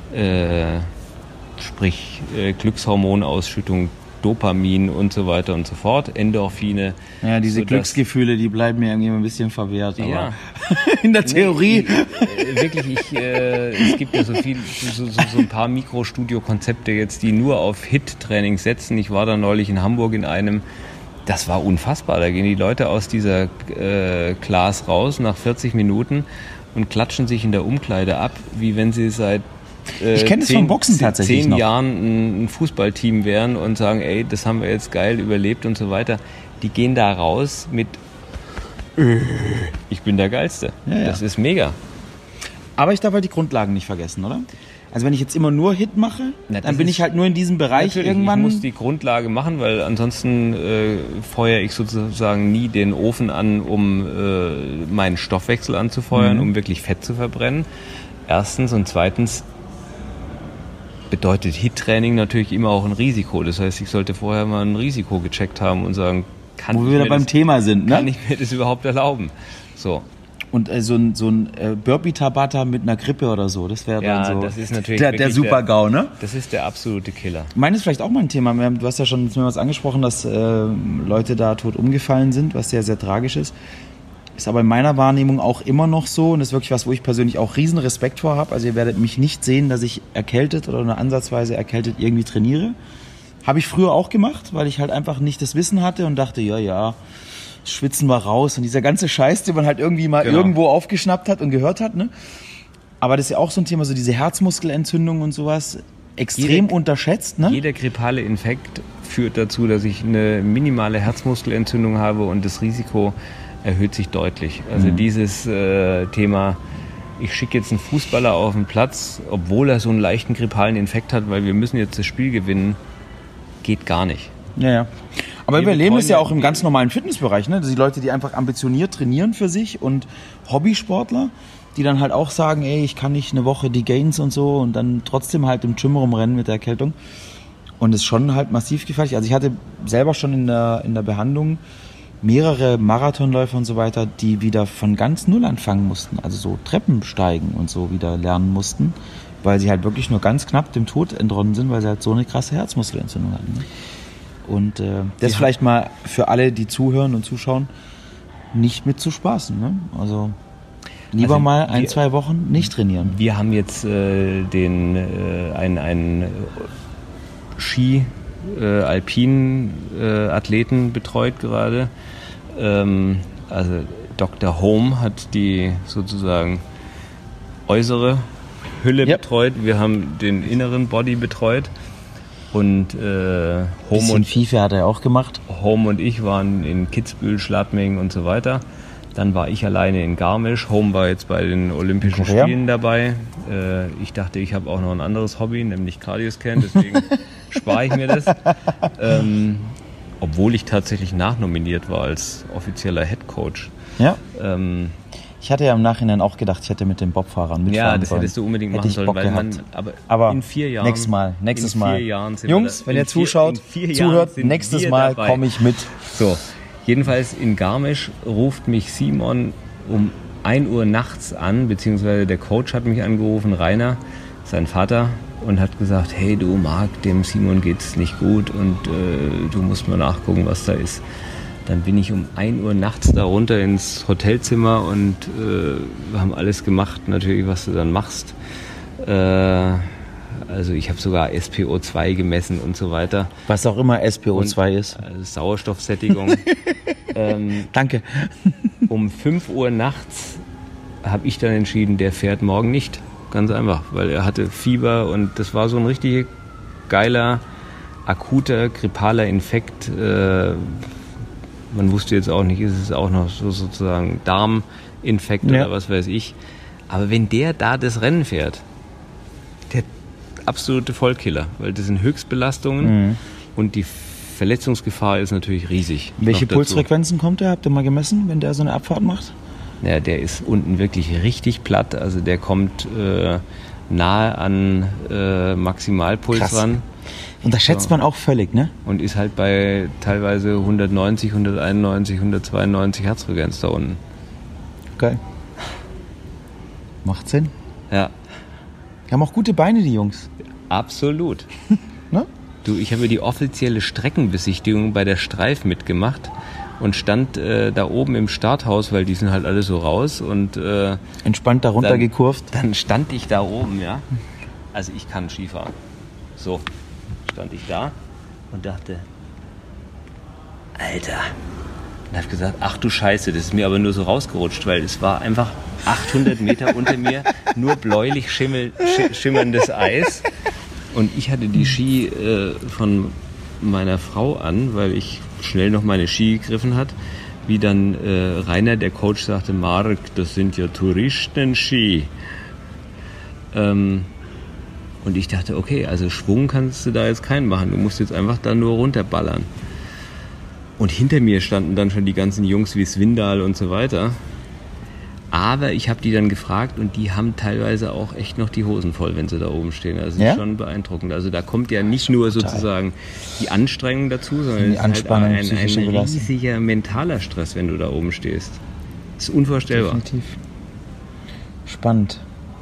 B: sprich Glückshormonausschüttung, Dopamin und so weiter und so fort, Endorphine.
A: Ja, diese Glücksgefühle, die bleiben mir irgendwie ein bisschen verwehrt. Aber
B: ja.
A: In der Theorie.
B: Wirklich, es gibt ja so ein paar Mikrostudio-Konzepte jetzt, die nur auf HIIT-Training setzen. Ich war da neulich in Hamburg in einem, das war unfassbar. Da gehen die Leute aus dieser Class raus nach 40 Minuten und klatschen sich in der Umkleide ab, wie wenn sie seit
A: ich kenne es vom Boxen tatsächlich
B: 10 Jahren ein Fußballteam wären und sagen, ey, das haben wir jetzt geil überlebt und so weiter. Die gehen da raus mit ich bin der Geilste. Ja. Das ist mega.
A: Aber ich darf halt die Grundlagen nicht vergessen, oder? Also wenn ich jetzt immer nur Hit mache, dann bin ich halt nur in diesem Bereich irgendwann.
B: Ich muss die Grundlage machen, weil ansonsten feuere ich sozusagen nie den Ofen an, um meinen Stoffwechsel anzufeuern, um wirklich Fett zu verbrennen. Erstens und zweitens bedeutet Hit-Training natürlich immer auch ein Risiko. Das heißt, ich sollte vorher mal ein Risiko gecheckt haben und sagen,
A: wo wir wieder beim Thema sind, ne?
B: Kann ich mir das überhaupt erlauben? So.
A: Und so ein Burpee-Tabata mit einer Grippe oder so, das wäre dann so
B: das ist natürlich
A: der Super-GAU, ne?
B: Das ist der absolute Killer.
A: Meines ist vielleicht auch mal ein Thema. Du hast ja schon mehrmals angesprochen, dass Leute da tot umgefallen sind, was sehr, sehr tragisch ist. Ist aber in meiner Wahrnehmung auch immer noch so und das ist wirklich was, wo ich persönlich auch riesen Respekt vor habe. Also ihr werdet mich nicht sehen, dass ich erkältet oder nur ansatzweise erkältet irgendwie trainiere. Habe ich früher auch gemacht, weil ich halt einfach nicht das Wissen hatte und dachte, ja, schwitzen wir raus und dieser ganze Scheiß, den man halt irgendwie mal irgendwo aufgeschnappt hat und gehört hat, ne? Aber das ist ja auch so ein Thema, so diese Herzmuskelentzündung und sowas, extrem unterschätzt, ne?
B: Jeder grippale Infekt führt dazu, dass ich eine minimale Herzmuskelentzündung habe und das Risiko erhöht sich deutlich. Also dieses Thema, ich schicke jetzt einen Fußballer auf den Platz, obwohl er so einen leichten grippalen Infekt hat, weil wir müssen jetzt das Spiel gewinnen, geht gar nicht.
A: Ja. Aber wir erleben es ja auch im ganz normalen Fitnessbereich, ne? Die Leute, die einfach ambitioniert trainieren für sich und Hobbysportler, die dann halt auch sagen, ey, ich kann nicht eine Woche die Gains und so und dann trotzdem halt im Gym rumrennen mit der Erkältung. Und es ist schon halt massiv gefährlich. Also ich hatte selber schon in der Behandlung mehrere Marathonläufer und so weiter, die wieder von ganz Null anfangen mussten, also so Treppen steigen und so wieder lernen mussten, weil sie halt wirklich nur ganz knapp dem Tod entronnen sind, weil sie halt so eine krasse Herzmuskelentzündung hatten. Ne? Und das vielleicht mal für alle, die zuhören und zuschauen, nicht mit zu spaßen. Ne? Also lieber mal 2 Wochen nicht trainieren.
B: Wir haben jetzt einen Ski-Alpin-Athleten betreut gerade. Also Dr. Home hat die sozusagen äußere Hülle betreut. Wir haben den inneren Body betreut. Und
A: Home und FIFA hat er auch gemacht.
B: Home und ich waren in Kitzbühel, Schladming und so weiter. Dann war ich alleine in Garmisch. Home war jetzt bei den Olympischen Spielen dabei. Ich dachte, ich habe auch noch ein anderes Hobby, nämlich Cardioscan, deswegen spare ich mir das. Obwohl ich tatsächlich nachnominiert war als offizieller Headcoach.
A: Ja. Ich hatte ja im Nachhinein auch gedacht, ich hätte mit den Bobfahrern mitfahren sollen.
B: Ja, das hättest du unbedingt machen sollen, weil
A: aber
B: in 4 Jahren...
A: Nächstes Mal. Jungs, wenn ihr zuhört, nächstes Mal komme ich mit.
B: So, jedenfalls in Garmisch ruft mich Simon um 1 Uhr nachts an, beziehungsweise der Coach hat mich angerufen, Rainer, sein Vater, und hat gesagt, hey du Marc, dem Simon geht's nicht gut und du musst mal nachgucken, was da ist. Dann bin ich um 1 Uhr nachts da runter ins Hotelzimmer und wir haben alles gemacht, natürlich, was du dann machst. Also ich habe sogar SpO2 gemessen und so weiter.
A: Was auch immer SpO2 ist.
B: Also Sauerstoffsättigung.
A: Danke.
B: Um 5 Uhr nachts habe ich dann entschieden, der fährt morgen nicht. Ganz einfach, weil er hatte Fieber und das war so ein richtig geiler, akuter, grippaler Infekt. Man wusste jetzt auch nicht, ist es auch noch so sozusagen Darminfekt oder was weiß ich. Aber wenn der da das Rennen fährt, der absolute Vollkiller, weil das sind Höchstbelastungen und die Verletzungsgefahr ist natürlich riesig.
A: Welche Pulsfrequenzen kommt der? Habt ihr mal gemessen, wenn der so eine Abfahrt macht?
B: Ja, der ist unten wirklich richtig platt. Also der kommt nahe an Maximalpuls ran.
A: Unterschätzt man auch völlig, ne?
B: Und ist halt bei teilweise 190, 191, 192 Herzfrequenz da unten.
A: Geil. Macht Sinn.
B: Ja.
A: Die haben auch gute Beine, die Jungs.
B: Absolut.
A: Ne?
B: Du, ich habe die offizielle Streckenbesichtigung bei der Streif mitgemacht und stand da oben im Starthaus, weil die sind halt alle so raus und
A: entspannt da runter gekurvt.
B: Dann stand ich da oben, ja. Also ich kann Skifahren. So. Stand ich da und dachte, Alter. Und habe gesagt, ach du Scheiße, das ist mir aber nur so rausgerutscht, weil es war einfach 800 Meter unter mir nur bläulich schimmerndes Eis. Und ich hatte die Ski von meiner Frau an, weil ich schnell noch meine Ski gegriffen hat. Wie dann Rainer, der Coach, sagte, Marc, das sind ja Touristenski. Und ich dachte, okay, also Schwung kannst du da jetzt keinen machen. Du musst jetzt einfach da nur runterballern. Und hinter mir standen dann schon die ganzen Jungs wie Swindal und so weiter. Aber ich habe die dann gefragt und die haben teilweise auch echt noch die Hosen voll, wenn sie da oben stehen. Also das ist schon beeindruckend. Also da kommt ja nicht nur sozusagen die Anstrengung dazu, sondern es ist halt ein riesiger mentaler Stress, wenn du da oben stehst. Das ist unvorstellbar.
A: Definitiv. Spannend.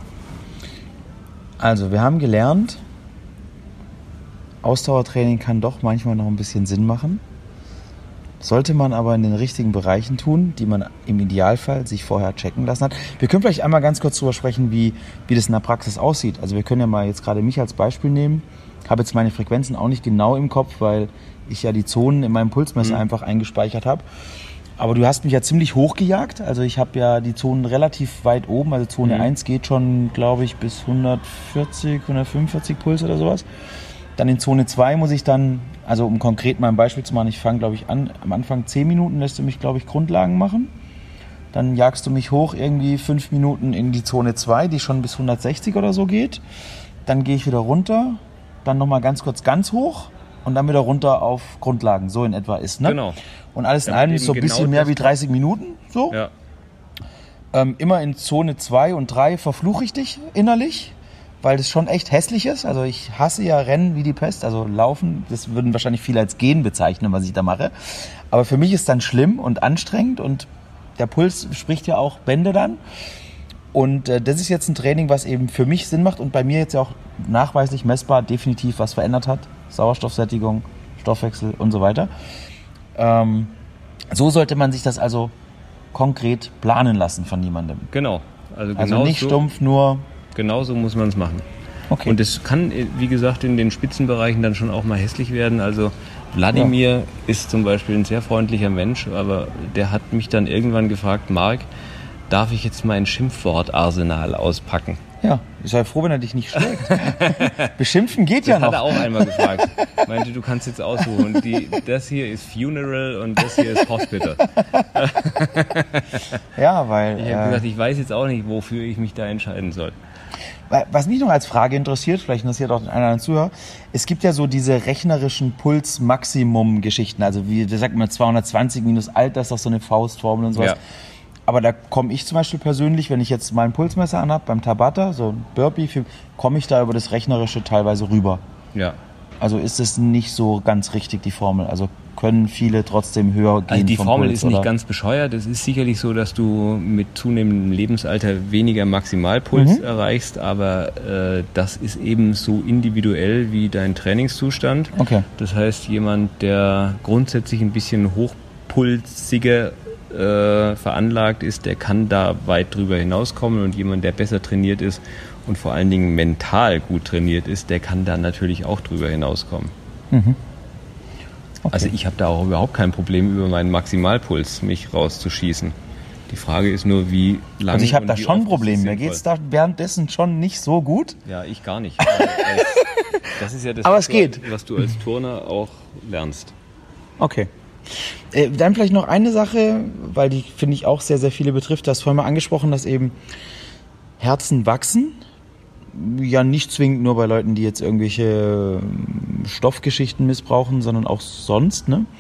A: Also wir haben gelernt, Ausdauertraining kann doch manchmal noch ein bisschen Sinn machen. Sollte man aber in den richtigen Bereichen tun, die man im Idealfall sich vorher checken lassen hat. Wir können vielleicht einmal ganz kurz darüber sprechen, wie das in der Praxis aussieht. Also wir können ja mal jetzt gerade mich als Beispiel nehmen. Ich habe jetzt meine Frequenzen auch nicht genau im Kopf, weil ich ja die Zonen in meinem Pulsmesser einfach eingespeichert habe. Aber du hast mich ja ziemlich hochgejagt. Also ich habe ja die Zonen relativ weit oben. Also Zone 1 geht schon, glaube ich, bis 140, 145 Puls oder sowas. Dann in Zone 2 muss ich dann, also um konkret mal ein Beispiel zu machen, ich fange, glaube ich, an, am Anfang 10 Minuten lässt du mich, glaube ich, Grundlagen machen. Dann jagst du mich hoch irgendwie 5 Minuten in die Zone 2, die schon bis 160 oder so geht. Dann gehe ich wieder runter, dann nochmal ganz kurz ganz hoch und dann wieder runter auf Grundlagen, so in etwa ist, ne?
B: Genau.
A: Und alles in allem ist so ein bisschen mehr wie 30 Minuten, so.
B: Ja.
A: Immer in Zone 2 und 3 verfluche ich dich innerlich, weil das schon echt hässlich ist. Also ich hasse ja Rennen wie die Pest, also Laufen, das würden wahrscheinlich viele als Gehen bezeichnen, was ich da mache. Aber für mich ist dann schlimm und anstrengend und der Puls spricht ja auch Bände dann. Und das ist jetzt ein Training, was eben für mich Sinn macht und bei mir jetzt ja auch nachweislich messbar definitiv was verändert hat. Sauerstoffsättigung, Stoffwechsel und so weiter. So sollte man sich das also konkret planen lassen von jemandem.
B: Genau.
A: Also nicht stumpf nur...
B: Genau so muss man es machen.
A: Okay.
B: Und es kann, wie gesagt, in den Spitzenbereichen dann schon auch mal hässlich werden. Also Wladimir ist zum Beispiel ein sehr freundlicher Mensch, aber der hat mich dann irgendwann gefragt, Marc, darf ich jetzt mein Schimpfwortarsenal auspacken?
A: Ja, ich sei froh, wenn er dich nicht schlägt. Beschimpfen geht ja noch.
B: Das hat er auch einmal gefragt. Meinte, du kannst jetzt aussuchen. Das hier ist Funeral und das hier ist Hospital.
A: Ja, weil...
B: Ich habe gesagt, ich weiß jetzt auch nicht, wofür ich mich da entscheiden soll.
A: Was mich noch als Frage interessiert, vielleicht interessiert auch den einen oder anderen Zuhörer, es gibt ja so diese rechnerischen Puls-Maximum-Geschichten, also wie sagt man 220 minus Alt, das ist doch so eine Faustformel und sowas. Ja. Aber da komme ich zum Beispiel persönlich, wenn ich jetzt mal ein Pulsmesser anhabe, beim Tabata, so ein Burpee, komme ich da über das Rechnerische teilweise rüber.
B: Ja.
A: Also ist es nicht so ganz richtig, die Formel. Also können viele trotzdem höher gehen.
B: Also die
A: vom
B: Formel
A: Puls,
B: ist nicht ganz bescheuert. Es ist sicherlich so, dass du mit zunehmendem Lebensalter weniger Maximalpuls erreichst, aber das ist eben so individuell wie dein Trainingszustand.
A: Okay.
B: Das heißt, jemand, der grundsätzlich ein bisschen hochpulsiger veranlagt ist, der kann da weit drüber hinauskommen und jemand, der besser trainiert ist und vor allen Dingen mental gut trainiert ist, der kann da natürlich auch drüber hinauskommen.
A: Mhm. Okay.
B: Also ich habe da auch überhaupt kein Problem, über meinen Maximalpuls mich rauszuschießen. Die Frage ist nur, wie lange.
A: Also ich habe da schon ein Problem. Mir geht es da währenddessen schon nicht so gut.
B: Ja, ich gar nicht. Das ist ja das,
A: aber es geht.
B: Was du als Turner auch lernst.
A: Okay. Dann vielleicht noch eine Sache, weil die, finde ich, auch sehr, sehr viele betrifft. Du hast vorhin mal angesprochen, dass eben Herzen wachsen. Ja, nicht zwingend nur bei Leuten, die jetzt irgendwelche Stoffgeschichten missbrauchen, sondern auch sonst, ne?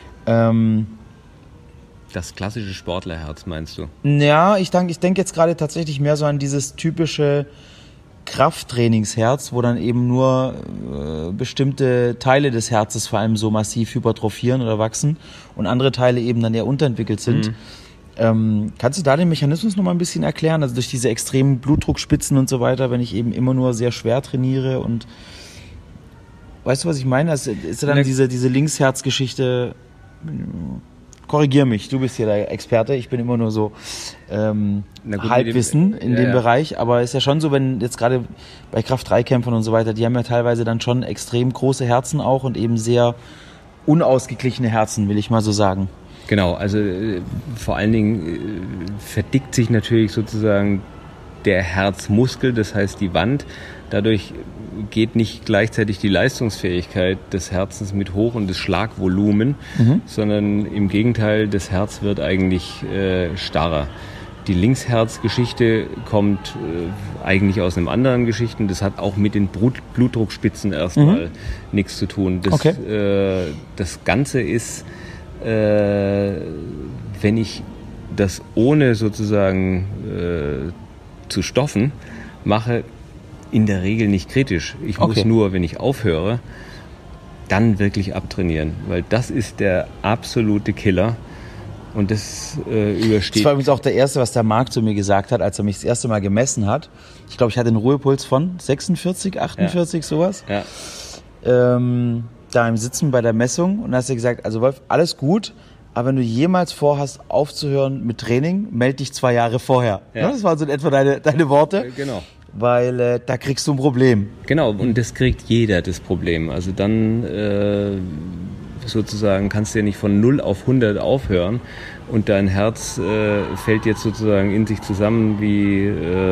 B: Das klassische Sportlerherz, meinst du?
A: Ja, ich denk jetzt gerade tatsächlich mehr so an dieses typische Krafttrainingsherz, wo dann eben nur bestimmte Teile des Herzes vor allem so massiv hypertrophieren oder wachsen und andere Teile eben dann eher unterentwickelt sind. Kannst du da den Mechanismus noch mal ein bisschen erklären? Also durch diese extremen Blutdruckspitzen und so weiter, wenn ich eben immer nur sehr schwer trainiere und weißt du, was ich meine? Also ist ja dann diese Linksherzgeschichte. Korrigier mich, du bist hier der Experte, ich bin immer nur so Halbwissen in dem Bereich, aber es ist ja schon so, wenn jetzt gerade bei Kraft-3-Kämpfern und so weiter, die haben ja teilweise dann schon extrem große Herzen auch und eben sehr unausgeglichene Herzen, will ich mal so sagen.
B: Genau, also vor allen Dingen verdickt sich natürlich sozusagen der Herzmuskel, das heißt die Wand. Dadurch geht nicht gleichzeitig die Leistungsfähigkeit des Herzens mit hoch und das Schlagvolumen, sondern im Gegenteil, das Herz wird eigentlich starrer. Die Linksherzgeschichte kommt eigentlich aus einem anderen Geschichten. Das hat auch mit den Blutdruckspitzen erstmal nichts zu tun. Das Ganze ist, wenn ich das ohne sozusagen zu stoffen mache, in der Regel nicht kritisch. Ich muss nur, wenn ich aufhöre, dann wirklich abtrainieren, weil das ist der absolute Killer. Und das übersteht. Das
A: war übrigens auch der Erste, was der Marc zu mir gesagt hat, als er mich das erste Mal gemessen hat. Ich glaube, ich hatte einen Ruhepuls von 46, 48, sowas.
B: Ja.
A: Da im Sitzen bei der Messung. Und da hast du gesagt, also Wolf, alles gut, aber wenn du jemals vorhast, aufzuhören mit Training, melde dich 2 Jahre vorher. Ja. Das waren so in etwa deine Worte.
B: Genau.
A: Weil da kriegst du ein Problem.
B: Genau, und das kriegt jeder, das Problem. Also dann sozusagen kannst du ja nicht von 0 auf 100 aufhören und dein Herz fällt jetzt sozusagen in sich zusammen wie,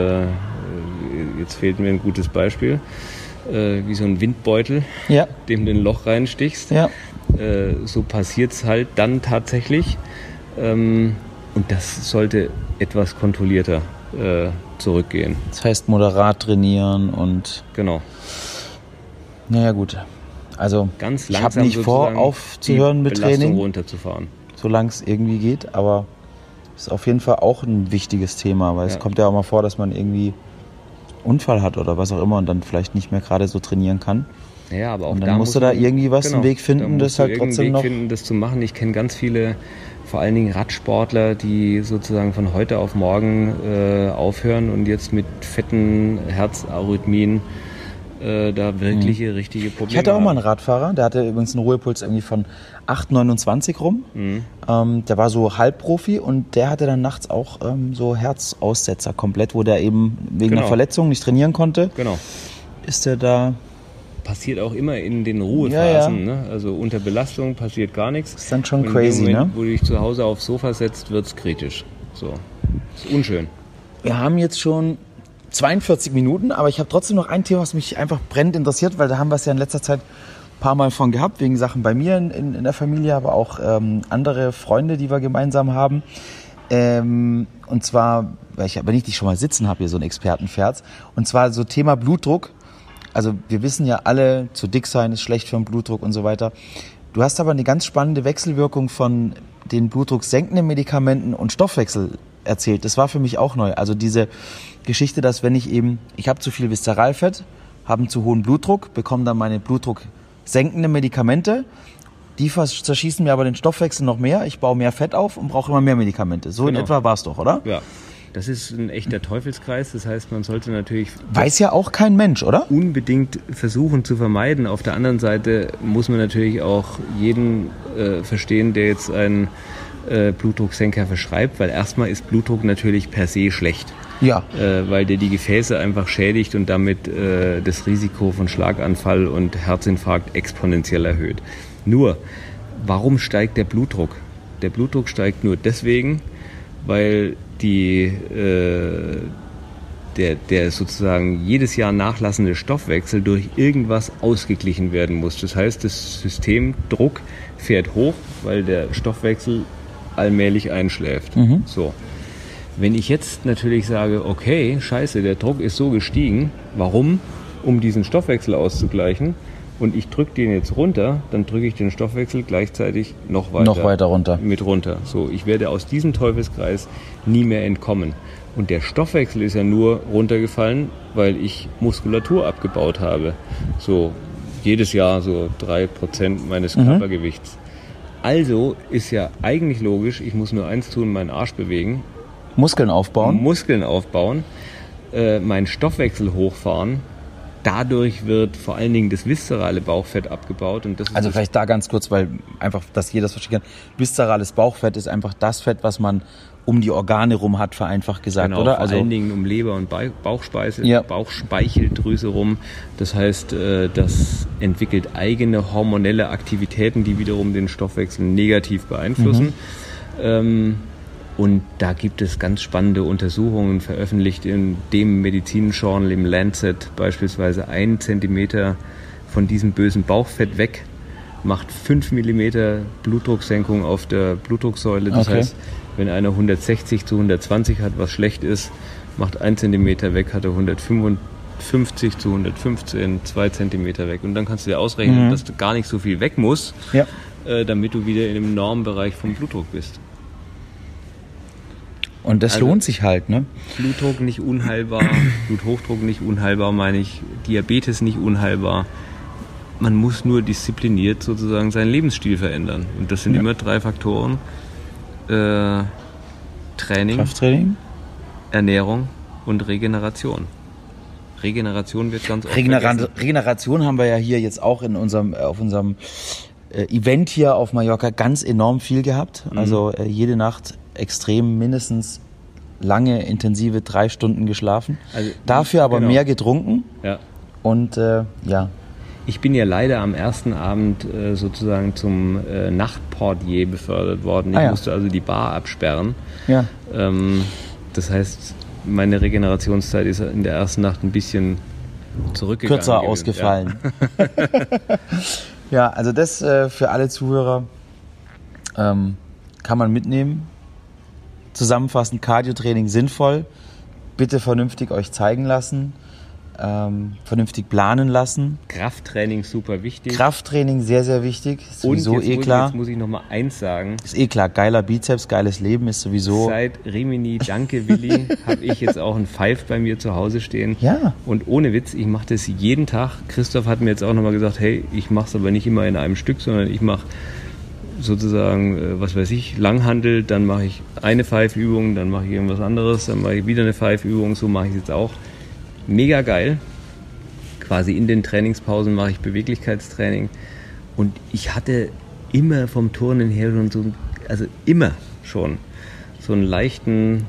B: jetzt fehlt mir ein gutes Beispiel, wie so ein Windbeutel, dem du ein Loch reinstichst. Ja. So passiert es halt dann tatsächlich. Und das sollte etwas kontrollierter zurückgehen.
A: Das heißt moderat trainieren und...
B: Genau.
A: Naja gut. Also
B: ganz
A: ich habe nicht vor, aufzuhören mit Training,
B: runterzufahren.
A: Solange es irgendwie geht, aber es ist auf jeden Fall auch ein wichtiges Thema, weil es kommt ja auch mal vor, dass man irgendwie Unfall hat oder was auch immer und dann vielleicht nicht mehr gerade so trainieren kann.
B: Ja, aber auch
A: und dann musst du da irgendwie einen Weg finden, das halt trotzdem noch...
B: das zu machen. Ich kenne ganz viele, vor allen Dingen Radsportler, die sozusagen von heute auf morgen aufhören und jetzt mit fetten Herzarrhythmien da wirkliche, richtige Probleme.
A: Ich hatte auch mal einen Radfahrer, der hatte übrigens einen Ruhepuls irgendwie von 8,29 rum. Der war so Halbprofi und der hatte dann nachts auch so Herzaussetzer komplett, wo der eben wegen einer Verletzung nicht trainieren konnte.
B: Genau.
A: Ist der da...
B: Passiert auch immer in den Ruhephasen. Ne? Also unter Belastung passiert gar nichts.
A: Das ist dann schon crazy,
B: Moment,
A: ne?
B: Wo du dich zu Hause aufs Sofa setzt, wird es kritisch. So. Das ist unschön.
A: Wir haben jetzt schon 42 Minuten, aber ich habe trotzdem noch ein Thema, was mich einfach brennend interessiert, weil da haben wir es ja in letzter Zeit ein paar Mal von gehabt, wegen Sachen bei mir in der Familie, aber auch andere Freunde, die wir gemeinsam haben. Und zwar, weil wenn ich dich schon mal sitzen habe, hier so ein Expertenpferd, und zwar so Thema Blutdruck. Also wir wissen ja alle, zu dick sein ist schlecht für den Blutdruck und so weiter. Du hast aber eine ganz spannende Wechselwirkung von den blutdrucksenkenden Medikamenten und Stoffwechsel erzählt. Das war für mich auch neu. Also diese Geschichte, dass wenn ich habe zu viel Viszeralfett, habe einen zu hohen Blutdruck, bekomme dann meine blutdrucksenkenden Medikamente, die zerschießen mir aber den Stoffwechsel noch mehr, ich baue mehr Fett auf und brauche immer mehr Medikamente. So in etwa war es doch, oder?
B: Ja. Das ist ein echter Teufelskreis, das heißt, man sollte natürlich...
A: Weiß ja auch kein Mensch, oder?
B: Unbedingt versuchen zu vermeiden. Auf der anderen Seite muss man natürlich auch jeden verstehen, der jetzt einen Blutdrucksenker verschreibt, weil erstmal ist Blutdruck natürlich per se schlecht.
A: Ja.
B: Weil der die Gefäße einfach schädigt und damit das Risiko von Schlaganfall und Herzinfarkt exponentiell erhöht. Nur, warum steigt der Blutdruck? Der Blutdruck steigt nur deswegen, weil der sozusagen jedes Jahr nachlassende Stoffwechsel durch irgendwas ausgeglichen werden muss. Das heißt, das Systemdruck fährt hoch, weil der Stoffwechsel allmählich einschläft. So. Wenn ich jetzt natürlich sage, okay, scheiße, der Druck ist so gestiegen, warum? Um diesen Stoffwechsel auszugleichen. Und ich drücke den jetzt runter, dann drücke ich den Stoffwechsel gleichzeitig noch weiter
A: runter.
B: Mit runter. So, ich werde aus diesem Teufelskreis nie mehr entkommen. Und der Stoffwechsel ist ja nur runtergefallen, weil ich Muskulatur abgebaut habe. So jedes Jahr so 3% meines Körpergewichts. Also ist ja eigentlich logisch, ich muss nur eins tun, meinen Arsch bewegen.
A: Muskeln aufbauen,
B: meinen Stoffwechsel hochfahren. Dadurch wird vor allen Dingen das viszerale Bauchfett abgebaut. Und das ist
A: also vielleicht da ganz kurz, weil einfach, dass jeder das verstehen kann. Viszerales Bauchfett ist einfach das Fett, was man um die Organe rum hat, vereinfacht gesagt,
B: genau,
A: oder?
B: Vor allen Dingen um Leber und Bauchspeicheldrüse rum. Das heißt, das entwickelt eigene hormonelle Aktivitäten, die wiederum den Stoffwechsel negativ beeinflussen. Und da gibt es ganz spannende Untersuchungen, veröffentlicht in dem Medizinjournal im Lancet beispielsweise 1 Zentimeter von diesem bösen Bauchfett weg, macht 5 Millimeter Blutdrucksenkung auf der Blutdrucksäule. Das heißt, Wenn einer 160 zu 120 hat, was schlecht ist, macht 1 Zentimeter weg, hat er 155 zu 115, 2 Zentimeter weg. Und dann kannst du dir ausrechnen, dass du gar nicht so viel weg musst, damit du wieder in dem Normbereich vom Blutdruck bist.
A: Und das lohnt sich halt, ne?
B: Blutdruck nicht unheilbar, Bluthochdruck nicht unheilbar, meine ich, Diabetes nicht unheilbar. Man muss nur diszipliniert sozusagen seinen Lebensstil verändern. Und das sind immer 3 Faktoren. Training,
A: Krafttraining,
B: Ernährung und Regeneration. Regeneration wird ganz oft
A: Regeneration haben wir ja hier jetzt auch auf unserem Event hier auf Mallorca ganz enorm viel gehabt. Also jede Nacht extrem mindestens lange, intensive 3 Stunden geschlafen. Also, dafür aber mehr getrunken.
B: Ja.
A: Und
B: Ich bin ja leider am ersten Abend sozusagen zum Nachtportier befördert worden. Ich musste also die Bar absperren.
A: Ja.
B: Das heißt, meine Regenerationszeit ist in der ersten Nacht ein bisschen zurückgegangen.
A: Kürzer ausgefallen. Ja, also das für alle Zuhörer kann man mitnehmen. Zusammenfassend, Cardio-Training sinnvoll. Bitte vernünftig euch zeigen lassen. Vernünftig planen lassen.
B: Krafttraining super wichtig.
A: Krafttraining sehr, sehr wichtig. Ist sowieso klar.
B: Jetzt muss ich noch mal eins sagen.
A: Ist klar, geiler Bizeps, geiles Leben ist sowieso.
B: Seit Rimini, danke Willi, habe ich jetzt auch ein Five bei mir zu Hause stehen.
A: Ja.
B: Und ohne Witz, ich mache das jeden Tag. Christoph hat mir jetzt auch noch mal gesagt, hey, ich mache es aber nicht immer in einem Stück, sondern ich mache sozusagen, was weiß ich, Langhandel, dann mache ich eine Five-Übung, dann mache ich irgendwas anderes, dann mache ich wieder eine Five-Übung, so mache ich es jetzt auch. Mega geil. Quasi in den Trainingspausen mache ich Beweglichkeitstraining. Und ich hatte immer vom Turnen her schon so einen leichten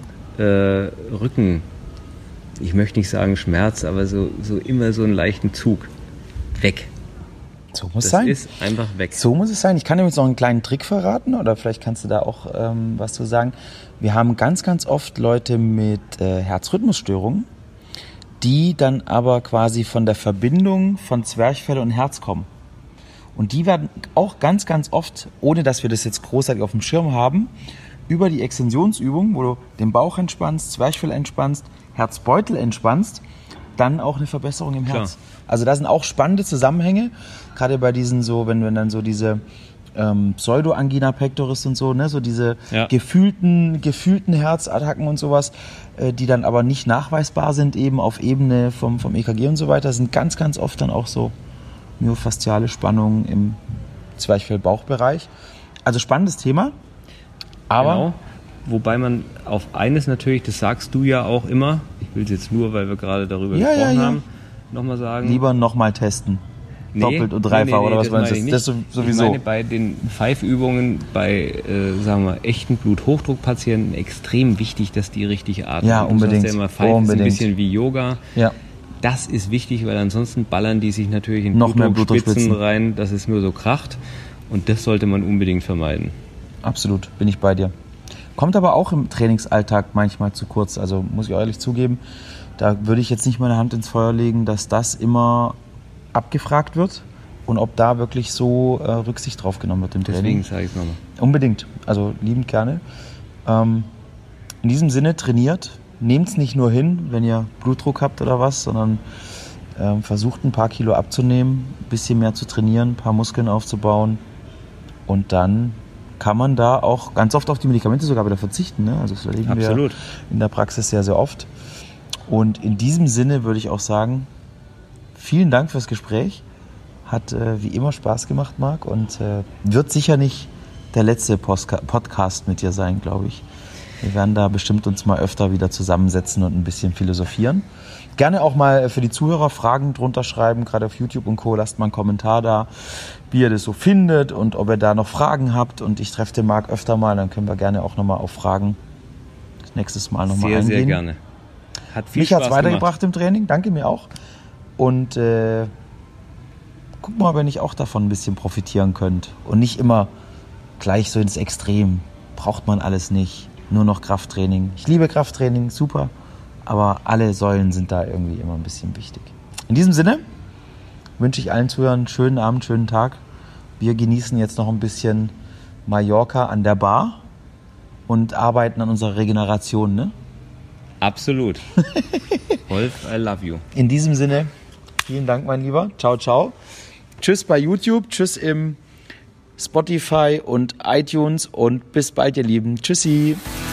B: Rücken, ich möchte nicht sagen Schmerz, aber so immer so einen leichten Zug. Weg.
A: So muss es sein.
B: Das ist einfach weg.
A: So muss es sein. Ich kann dir jetzt noch einen kleinen Trick verraten oder vielleicht kannst du da auch was zu sagen. Wir haben ganz, ganz oft Leute mit Herzrhythmusstörungen, die dann aber quasi von der Verbindung von Zwerchfell und Herz kommen. Und die werden auch ganz, ganz oft, ohne dass wir das jetzt großartig auf dem Schirm haben, über die Extensionsübung, wo du den Bauch entspannst, Zwerchfell entspannst, Herzbeutel entspannst, dann auch eine Verbesserung im Herz.
B: Klar.
A: Also da sind auch spannende Zusammenhänge, gerade bei diesen so, wenn dann so diese Pseudoangina pectoris und so, ne, so diese gefühlten Herzattacken und sowas, die dann aber nicht nachweisbar sind, eben auf Ebene vom EKG und so weiter, sind ganz, ganz oft dann auch so myofasziale Spannungen im Zwerchfell-Bauchbereich. Also spannendes Thema, aber...
B: Genau. Wobei man auf eines natürlich, das sagst du ja auch immer, ich will es jetzt nur, weil wir gerade darüber gesprochen haben, nochmal sagen.
A: Lieber nochmal testen. Doppelt und dreifach, oder was meinst du? Das sowieso.
B: Ich meine, bei den Five-Übungen, bei, sagen wir, echten Bluthochdruckpatienten extrem wichtig, dass die richtig atmen.
A: Ja, unbedingt.
B: Du sagst ja immer, Five ist ein bisschen wie Yoga.
A: Ja.
B: Das ist wichtig, weil ansonsten ballern die sich natürlich in
A: noch
B: Blutdruckspitzen rein, dass es nur so kracht. Und das sollte man unbedingt vermeiden.
A: Absolut, bin ich bei dir. Kommt aber auch im Trainingsalltag manchmal zu kurz. Also muss ich ehrlich zugeben, da würde ich jetzt nicht meine Hand ins Feuer legen, dass das immer abgefragt wird und ob da wirklich so Rücksicht drauf genommen wird im Training.
B: Deswegen sage ich es nochmal.
A: Unbedingt, also liebend gerne. In diesem Sinne trainiert, nehmt es nicht nur hin, wenn ihr Blutdruck habt oder was, sondern versucht ein paar Kilo abzunehmen, ein bisschen mehr zu trainieren, ein paar Muskeln aufzubauen und dann kann man da auch ganz oft auf die Medikamente sogar wieder verzichten. Ne? Also das erleben wir in der Praxis sehr, sehr oft. Und in diesem Sinne würde ich auch sagen, vielen Dank fürs Gespräch. Hat wie immer Spaß gemacht, Marc. Und wird sicher nicht der letzte Podcast mit dir sein, glaube ich. Wir werden da bestimmt uns mal öfter wieder zusammensetzen und ein bisschen philosophieren. Gerne auch mal für die Zuhörer Fragen drunter schreiben, gerade auf YouTube und Co. Lasst mal einen Kommentar da, wie ihr das so findet und ob ihr da noch Fragen habt. Und ich treffe den Marc öfter mal, dann können wir gerne auch nochmal auf Fragen das nächstes Mal nochmal eingehen.
B: Sehr, sehr gerne. Hat viel
A: Mich hat es weitergebracht im Training, danke mir auch. Und guck mal, wenn ihr auch davon ein bisschen profitieren könnt. Und nicht immer gleich so ins Extrem. Braucht man alles nicht. Nur noch Krafttraining. Ich liebe Krafttraining, super. Aber alle Säulen sind da irgendwie immer ein bisschen wichtig. In diesem Sinne wünsche ich allen Zuhörern einen schönen Abend, schönen Tag. Wir genießen jetzt noch ein bisschen Mallorca an der Bar und arbeiten an unserer Regeneration, ne?
B: Absolut. Wolf, I love you.
A: In diesem Sinne, vielen Dank, mein Lieber. Ciao, ciao. Tschüss bei YouTube, tschüss im Spotify und iTunes und bis bald, ihr Lieben. Tschüssi.